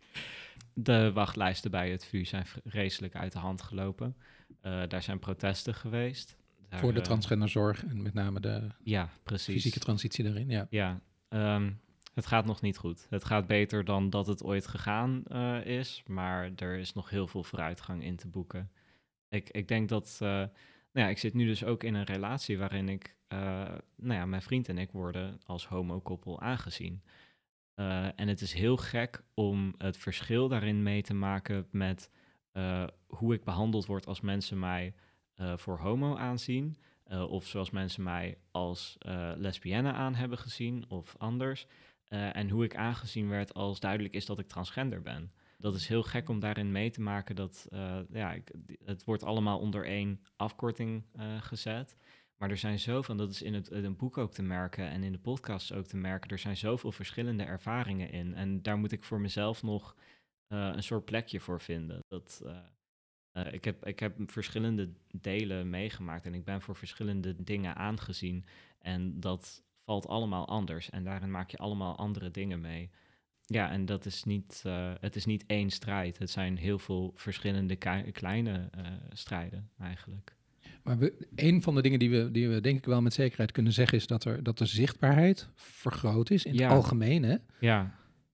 De wachtlijsten bij het V U zijn vreselijk uit de hand gelopen. Uh, daar zijn protesten geweest. Daar, Voor de transgenderzorg en met name de ja, precies. fysieke transitie daarin. Ja, ja um, het gaat nog niet goed. Het gaat beter dan dat het ooit gegaan uh, is, maar er is nog heel veel vooruitgang in te boeken. Ik, ik denk dat... Uh, nou ja, ik zit nu dus ook in een relatie waarin ik... Uh, nou ja, mijn vriend en ik worden als homokoppel aangezien. Uh, en het is heel gek om het verschil daarin mee te maken met uh, hoe ik behandeld word als mensen mij uh, voor homo aanzien. Uh, of zoals mensen mij als uh, lesbienne aan hebben gezien of anders. Uh, en hoe ik aangezien werd als duidelijk is dat ik transgender ben. Dat is heel gek om daarin mee te maken dat uh, ja, ik, het wordt allemaal onder één afkorting uh, gezet. Maar er zijn zoveel, dat is in het, in het boek ook te merken en in de podcast ook te merken, er zijn zoveel verschillende ervaringen in. En daar moet ik voor mezelf nog uh, een soort plekje voor vinden. Dat, uh, uh, ik, heb, ik heb verschillende delen meegemaakt en ik ben voor verschillende dingen aangezien. En dat valt allemaal anders en daarin maak je allemaal andere dingen mee. Ja, en dat is niet, uh, het is niet één strijd. Het zijn heel veel verschillende ke- kleine uh, strijden eigenlijk. Maar we, een van de dingen die we, die we denk ik wel met zekerheid kunnen zeggen is dat er dat de zichtbaarheid vergroot is in ja. het algemeen. Hè? Ja.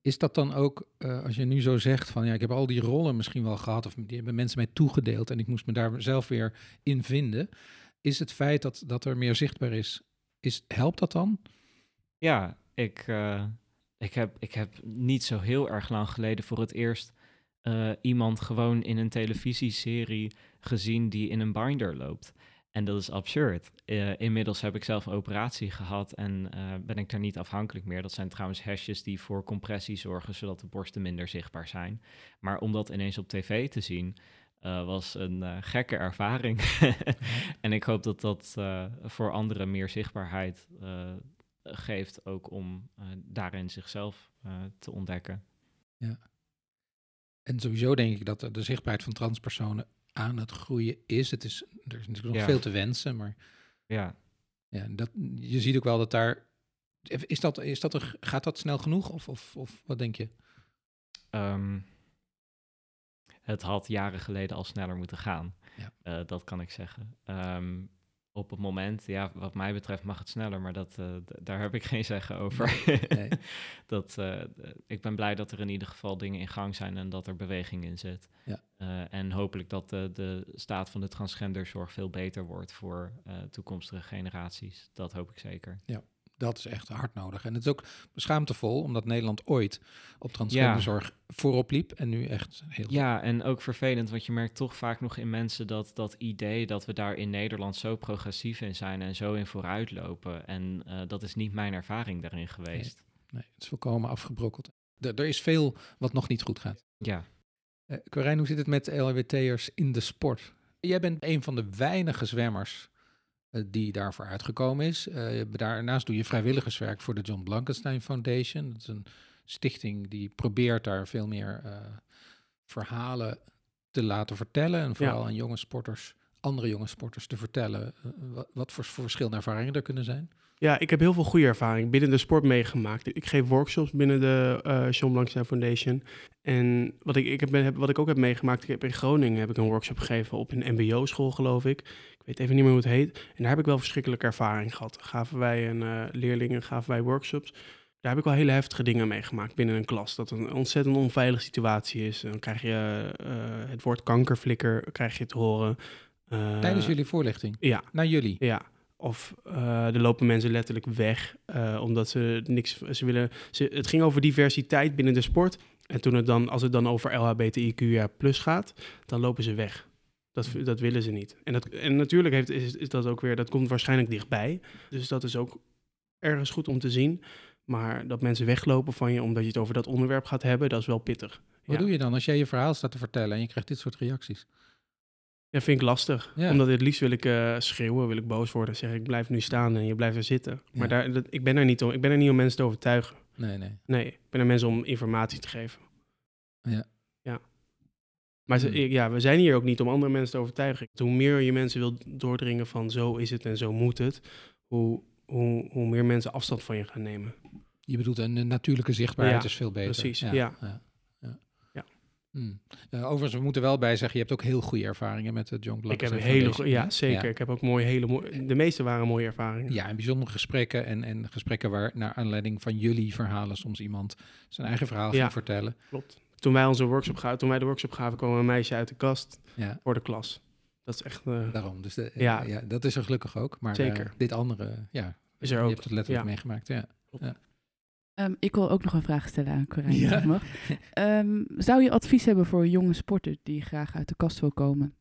Is dat dan ook, uh, als je nu zo zegt van ja, ik heb al die rollen misschien wel gehad of die hebben mensen mij toegedeeld en ik moest me daar zelf weer in vinden. Is het feit dat, dat er meer zichtbaar is, is, helpt dat dan? Ja, ik, uh, ik, heb, ik heb niet zo heel erg lang geleden voor het eerst uh, iemand gewoon in een televisieserie gezien die in een binder loopt. En dat is absurd. Uh, inmiddels heb ik zelf een operatie gehad en uh, ben ik daar niet afhankelijk meer. Dat zijn trouwens hesjes die voor compressie zorgen, zodat de borsten minder zichtbaar zijn. Maar om dat ineens op tv te zien, uh, was een uh, gekke ervaring. En ik hoop dat dat uh, voor anderen meer zichtbaarheid uh, geeft, ook om uh, daarin zichzelf uh, te ontdekken. Ja. En sowieso denk ik dat de, de zichtbaarheid van transpersonen aan het groeien is. Het is, er is natuurlijk nog Ja. veel te wensen, maar Ja. ja, dat, je ziet ook wel dat daar... Is dat, is dat er, gaat dat snel genoeg of, of, of wat denk je? Um, het had jaren geleden al sneller moeten gaan. Ja. Uh, dat kan ik zeggen. Um, op het moment, ja, wat mij betreft mag het sneller, maar dat, uh, d- daar heb ik geen zeggen over. Nee. Nee. dat, uh, ik ben blij dat er in ieder geval dingen in gang zijn en dat er beweging in zit. Ja. Uh, en hopelijk dat de, de staat van de transgenderzorg veel beter wordt voor uh, toekomstige generaties. Dat hoop ik zeker. Ja, dat is echt hard nodig. En het is ook beschaamtevol, omdat Nederland ooit op transgenderzorg ja. voorop liep en nu echt heel... Ja, en ook vervelend, want je merkt toch vaak nog in mensen dat dat idee dat we daar in Nederland zo progressief in zijn en zo in vooruitlopen. En uh, dat is niet mijn ervaring daarin geweest. Nee, nee, het is volkomen afgebrokkeld. D- er is veel wat nog niet goed gaat. Ja. Uh, Corijn, hoe zit het met L H B T'ers in de sport? Jij bent een van de weinige zwemmers uh, die daarvoor uitgekomen is. Uh, daarnaast doe je vrijwilligerswerk voor de John Blankenstein Foundation. Dat is een stichting die probeert daar veel meer uh, verhalen te laten vertellen. En vooral ja. aan jonge sporters, andere jonge sporters te vertellen uh, wat, wat voor, voor verschillende ervaringen er kunnen zijn. Ja, ik heb heel veel goede ervaring binnen de sport meegemaakt. Ik geef workshops binnen de uh, John Blankenstein Foundation. En wat ik, ik heb, wat ik ook heb meegemaakt, ik heb in Groningen heb ik een workshop gegeven op een M B O-school, geloof ik. Ik weet even niet meer hoe het heet. En daar heb ik wel verschrikkelijke ervaring gehad. Gaven wij een uh, leerlingen, gaven wij workshops. Daar heb ik wel hele heftige dingen meegemaakt binnen een klas. Dat het een ontzettend onveilige situatie is. Dan krijg je uh, het woord kankerflikker krijg je te horen. Uh, Tijdens jullie voorlichting? Ja. Naar jullie? Ja. Of uh, er lopen mensen letterlijk weg, uh, omdat ze niks... Ze willen, ze, het ging over diversiteit binnen de sport. En toen het dan, als het dan over L H B T I Q A plus gaat, dan lopen ze weg. Dat, dat willen ze niet. En, dat, en natuurlijk heeft, is, is dat ook weer... Dat komt waarschijnlijk dichtbij. Dus dat is ook ergens goed om te zien. Maar dat mensen weglopen van je omdat je het over dat onderwerp gaat hebben, dat is wel pittig. Wat ja. doe je dan als jij je verhaal staat te vertellen en je krijgt dit soort reacties? Ja, vind ik lastig. Ja. Omdat het liefst wil ik uh, schreeuwen, wil ik boos worden. Zeg ik blijf nu staan en je blijft er zitten. Maar ja. daar, dat, ik, ben er niet om, ik ben er niet om mensen te overtuigen. Nee, nee. Nee, ik ben er mensen om informatie te geven. Ja. Ja. Maar ze, ja, we zijn hier ook niet om andere mensen te overtuigen. Hoe meer je mensen wil doordringen van zo is het en zo moet het, hoe, hoe, hoe meer mensen afstand van je gaan nemen. Je bedoelt een natuurlijke zichtbaarheid ja, is veel beter. Precies, ja. ja. ja. ja. ja. Hmm. Uh, overigens, we moeten wel bij zeggen, je hebt ook heel goede ervaringen met de John Blankenstein Ik heb hele goede, ja, zeker. Ja. Ik heb ook mooie, hele mooie, de meeste waren mooie ervaringen. Ja, en bijzondere gesprekken en, en gesprekken waar naar aanleiding van jullie verhalen soms iemand zijn eigen verhaal ja, ging vertellen. Klopt. Toen wij onze workshop gaven, toen wij de workshop gaven, kwam een meisje uit de kast ja. voor de klas. Dat is echt... Uh, Daarom, dus de, ja. Uh, ja, dat is er gelukkig ook. Maar zeker. Uh, dit andere, ja, is er je ook. hebt het letterlijk ja. meegemaakt. Ja. Ja. Um, ik wil ook nog een vraag stellen aan Corijn. Ja. Mag. Um, zou je advies hebben voor jonge sporters die graag uit de kast wil komen?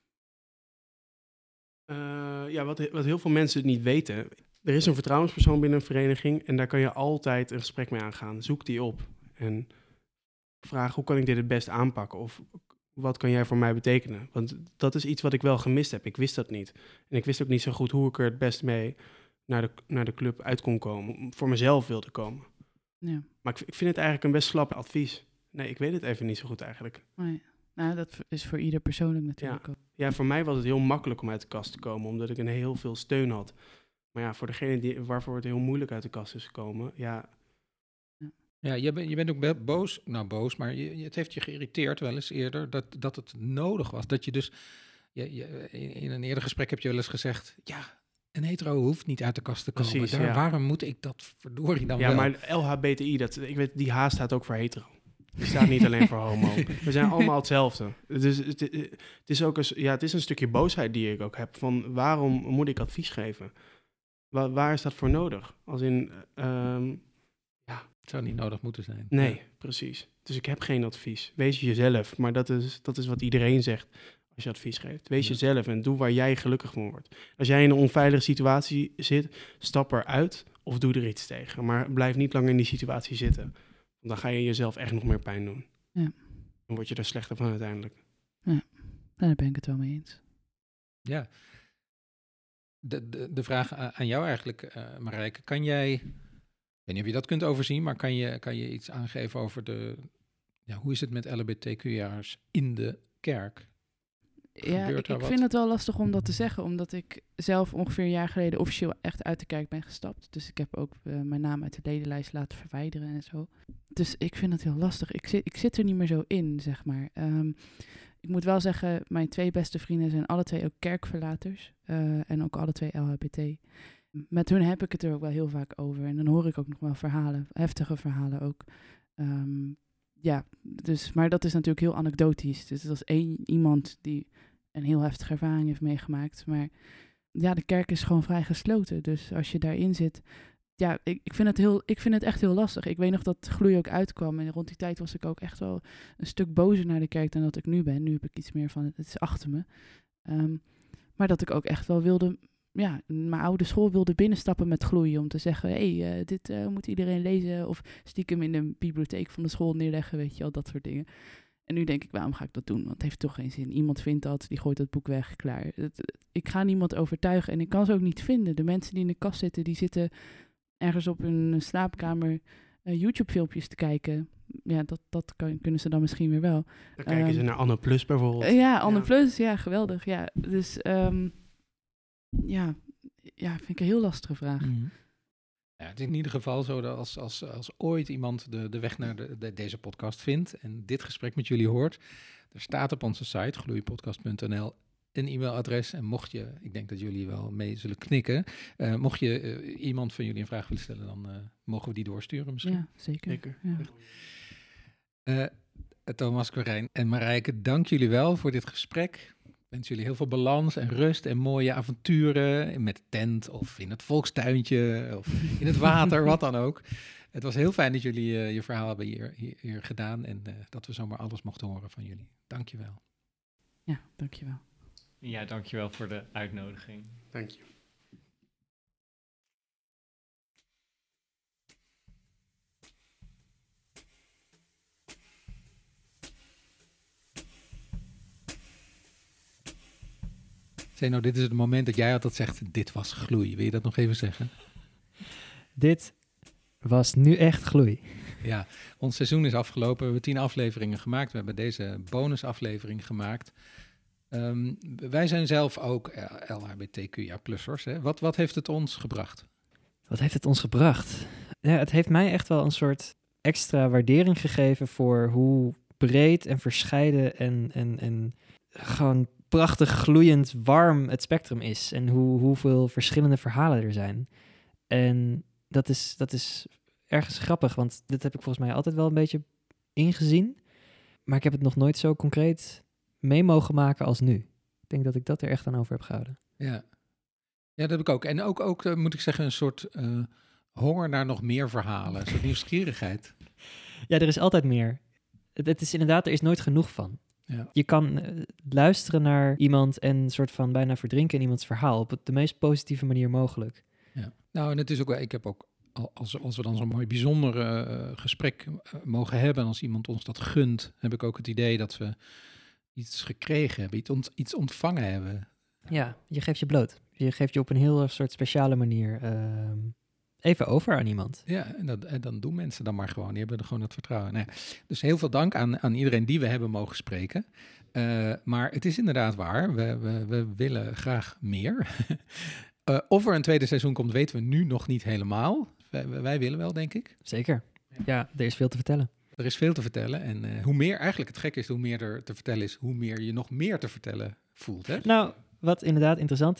Uh, ja, wat, wat heel veel mensen niet weten. Er is een vertrouwenspersoon binnen een vereniging en daar kan je altijd een gesprek mee aangaan. Zoek die op en vraag hoe kan ik dit het best aanpakken of wat kan jij voor mij betekenen? Want dat is iets wat ik wel gemist heb. Ik wist dat niet. En ik wist ook niet zo goed hoe ik er het best mee naar de, naar de club uit kon komen. Voor mezelf wilde komen. Ja. Maar ik, ik vind het eigenlijk een best slap advies. Nee, ik weet het even niet zo goed eigenlijk. Nee. Nou, dat is voor ieder persoonlijk natuurlijk ja. ook. Ja, voor mij was het heel makkelijk om uit de kast te komen, omdat ik een heel veel steun had. Maar ja, voor degene die, waarvoor het heel moeilijk uit de kast is gekomen, ja... Ja, je, ben, je bent ook boos, nou boos, maar je, het heeft je geïrriteerd wel eens eerder dat, dat het nodig was. Dat je dus, je, je, in, in een eerder gesprek heb je wel eens gezegd, ja, een hetero hoeft niet uit de kast te komen. Precies, Daar, ja. Waarom moet ik dat verdorie dan Ja, wel? maar L H B T I, dat, ik weet, die H staat ook voor hetero. Die staat niet alleen voor homo. We zijn allemaal hetzelfde. Dus het, het is ook een, ja, het is een stukje boosheid die ik ook heb. Van waarom moet ik advies geven? Waar, waar is dat voor nodig? Als in, um, Het zou niet nodig moeten zijn. nee, Ja. precies. Dus ik heb geen advies. Wees jezelf. Maar dat is, dat is wat iedereen zegt als je advies geeft. Wees Ja. jezelf en doe waar jij gelukkig van wordt. Als jij in een onveilige situatie zit, stap eruit of doe er iets tegen. Maar blijf niet langer in die situatie zitten. Want dan ga je jezelf echt nog meer pijn doen. Ja. Dan word je er slechter van uiteindelijk. Nou, daar ben ik het wel mee eens. Ja. De, de, de vraag a- aan jou eigenlijk, uh, Marijke. Kan jij, ik weet niet of je dat kunt overzien, maar kan je, kan je iets aangeven over de, ja, hoe is het met L H B T Q-jaars in de kerk? Ja, Gebeurt ik, daar ik wat? vind het wel lastig om dat te zeggen, omdat ik zelf ongeveer een jaar geleden officieel echt uit de kerk ben gestapt. Dus ik heb ook uh, mijn naam uit de ledenlijst laten verwijderen en zo. Dus ik vind het heel lastig. Ik zit, ik zit er niet meer zo in, zeg maar. Um, ik moet wel zeggen, mijn twee beste vrienden zijn alle twee ook kerkverlaters. Uh, en ook alle twee L H B T. Met hun heb ik het er ook wel heel vaak over. En dan hoor ik ook nog wel verhalen, heftige verhalen ook. Um, ja, dus, maar dat is natuurlijk heel anekdotisch. Dus dat is één iemand die een heel heftige ervaring heeft meegemaakt. Maar ja, de kerk is gewoon vrij gesloten. Dus als je daarin zit... Ja, ik, ik, vind het heel, ik vind het echt heel lastig. Ik weet nog dat Gloei ook uitkwam. En rond die tijd was ik ook echt wel een stuk bozer naar de kerk dan dat ik nu ben. Nu heb ik iets meer van, het is achter me. Um, maar dat ik ook echt wel wilde... Ja, mijn oude school wilde binnenstappen met Gloei om te zeggen... hé, hey, uh, dit uh, moet iedereen lezen. Of stiekem in de bibliotheek van de school neerleggen, weet je wel, dat soort dingen. En nu denk ik, waarom ga ik dat doen? Want het heeft toch geen zin. Iemand vindt dat, die gooit dat boek weg, klaar. Het, ik ga niemand overtuigen en ik kan ze ook niet vinden. De mensen die in de kast zitten, die zitten ergens op hun slaapkamer uh, YouTube-filmpjes te kijken. Ja, dat, dat kan, kunnen ze dan misschien weer wel. Dan kijken um, ze naar Anne Plus bijvoorbeeld. Uh, ja, Anne ja. Plus, ja, geweldig. Ja, dus um, ja, ja, vind ik een heel lastige vraag. Mm-hmm. Ja, het is in ieder geval zo dat als, als, als ooit iemand de, de weg naar de, de, deze podcast vindt en dit gesprek met jullie hoort, er staat op onze site gloeipodcast punt n l een e-mailadres en mocht je, ik denk dat jullie wel mee zullen knikken, uh, mocht je uh, iemand van jullie een vraag willen stellen, dan uh, mogen we die doorsturen misschien. Ja, zeker. zeker. Ja. Uh, Thomas, Corijn en Marijke, dank jullie wel voor dit gesprek. Ik wens jullie heel veel balans en rust en mooie avonturen met de tent of in het volkstuintje of in het water, wat dan ook. Het was heel fijn dat jullie uh, je verhaal hebben hier, hier, hier gedaan en uh, dat we zomaar alles mochten horen van jullie. Dank je wel. Ja, dank je wel. Ja, dank je wel voor de uitnodiging. Dank je. Zeno, dit is het moment dat jij altijd zegt, dit was Gloei. Wil je dat nog even zeggen? Dit was nu echt Gloei. Ja, ons seizoen is afgelopen. We hebben tien afleveringen gemaakt. We hebben deze bonusaflevering gemaakt. Um, wij zijn zelf ook L H B T Q I A plussers. Hè? Wat, wat heeft het ons gebracht? Wat heeft het ons gebracht? Ja, het heeft mij echt wel een soort extra waardering gegeven voor hoe breed en verscheiden en, en, en gewoon prachtig, gloeiend, warm het spectrum is. En hoe, hoeveel verschillende verhalen er zijn. En dat is, dat is ergens grappig, want dit heb ik volgens mij altijd wel een beetje ingezien. Maar ik heb het nog nooit zo concreet mee mogen maken als nu. Ik denk dat ik dat er echt aan over heb gehouden. Ja, ja dat heb ik ook. En ook, ook uh, moet ik zeggen, een soort uh, honger naar nog meer verhalen. Een soort nieuwsgierigheid. Ja, er is altijd meer. Het, het is inderdaad, er is nooit genoeg van. Ja. Je kan uh, luisteren naar iemand en een soort van bijna verdrinken in iemands verhaal op de meest positieve manier mogelijk. Ja. Nou, en het is ook wel, ik heb ook, als, als we dan zo'n mooi bijzonder uh, gesprek uh, mogen hebben, als iemand ons dat gunt, heb ik ook het idee dat we iets gekregen hebben, iets, ont, iets ontvangen hebben. Ja, je geeft je bloot. Je geeft je op een heel soort speciale manier uh, even over aan iemand. Ja, en, dat, en dan doen mensen dan maar gewoon. Die hebben er gewoon het vertrouwen. Nou ja, dus heel veel dank aan, aan iedereen die we hebben mogen spreken. Uh, maar het is inderdaad waar. We, we, we willen graag meer. uh, of er een tweede seizoen komt, weten we nu nog niet helemaal. Wij, wij willen wel, denk ik. Zeker. Ja, er is veel te vertellen. Er is veel te vertellen. En uh, hoe meer, eigenlijk het gekke is, hoe meer er te vertellen is, hoe meer je nog meer te vertellen voelt. Hè? Nou, wat inderdaad interessant is,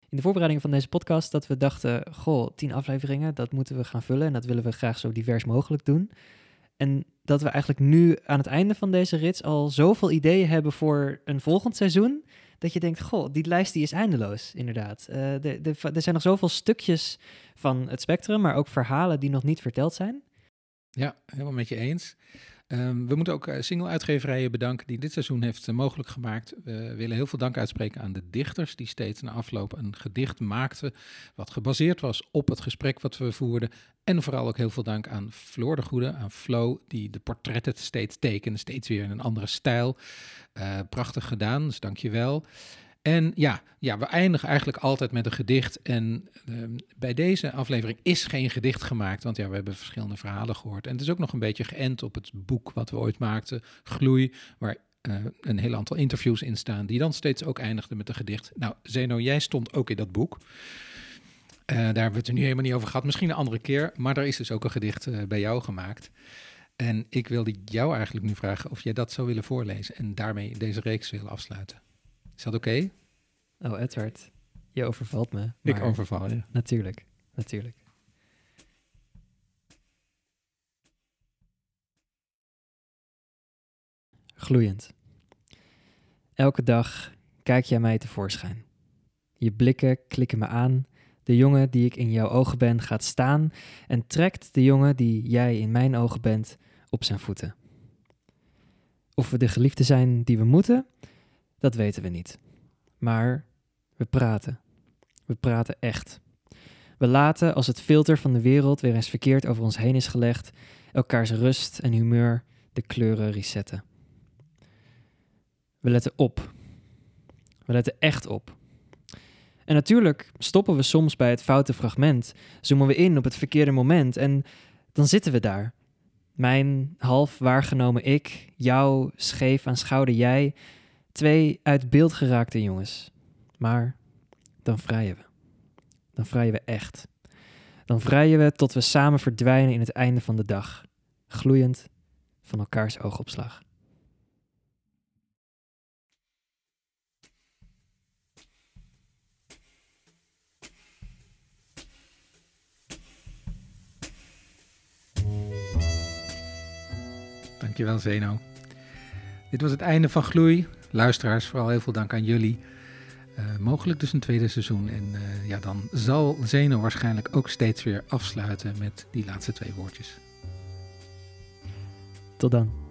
in de voorbereiding van deze podcast dat we dachten, goh, tien afleveringen, dat moeten we gaan vullen en dat willen we graag zo divers mogelijk doen. En dat we eigenlijk nu aan het einde van deze rits al zoveel ideeën hebben voor een volgend seizoen, dat je denkt, goh, die lijst die is eindeloos, inderdaad. Uh, de, de, er zijn nog zoveel stukjes van het spectrum, maar ook verhalen die nog niet verteld zijn. Ja, helemaal met je eens. Um, we moeten ook uh, single-uitgeverijen bedanken die dit seizoen heeft uh, mogelijk gemaakt. We willen heel veel dank uitspreken aan de dichters die steeds na afloop een gedicht maakten wat gebaseerd was op het gesprek wat we voerden. En vooral ook heel veel dank aan Floor de Goede, aan Flo, die de portretten steeds tekende, steeds weer in een andere stijl. Uh, prachtig gedaan, dus dank je wel. En ja, ja, we eindigen eigenlijk altijd met een gedicht. En uh, bij deze aflevering is geen gedicht gemaakt, want ja, we hebben verschillende verhalen gehoord. En het is ook nog een beetje geënt op het boek wat we ooit maakten, Gloei, waar uh, een heel aantal interviews in staan, die dan steeds ook eindigden met een gedicht. Nou, Zeno, jij stond ook in dat boek. Uh, daar hebben we het er nu helemaal niet over gehad, misschien een andere keer, maar er is dus ook een gedicht uh, bij jou gemaakt. En ik wilde jou eigenlijk nu vragen of jij dat zou willen voorlezen en daarmee deze reeks willen afsluiten. Is dat oké? Okay? Oh, Edward, je overvalt me. Ik overval je. Natuurlijk, natuurlijk. Gloeiend. Elke dag kijk jij mij tevoorschijn. Je blikken klikken me aan. De jongen die ik in jouw ogen ben gaat staan en trekt de jongen die jij in mijn ogen bent op zijn voeten. Of we de geliefde zijn die we moeten, dat weten we niet. Maar we praten. We praten echt. We laten, als het filter van de wereld weer eens verkeerd over ons heen is gelegd, elkaars rust en humeur de kleuren resetten. We letten op. We letten echt op. En natuurlijk stoppen we soms bij het foute fragment, zoomen we in op het verkeerde moment en dan zitten we daar. Mijn half waargenomen ik, jou scheef aanschouwde jij, twee uit beeld geraakte jongens. Maar dan vrijen we. Dan vrijen we echt. Dan vrijen we tot we samen verdwijnen in het einde van de dag. Gloeiend van elkaars oogopslag. Dankjewel, Zeno. Dit was het einde van Gloei. Luisteraars, vooral heel veel dank aan jullie. Uh, mogelijk dus een tweede seizoen. En uh, ja, dan zal Zeno waarschijnlijk ook steeds weer afsluiten met die laatste twee woordjes. Tot dan.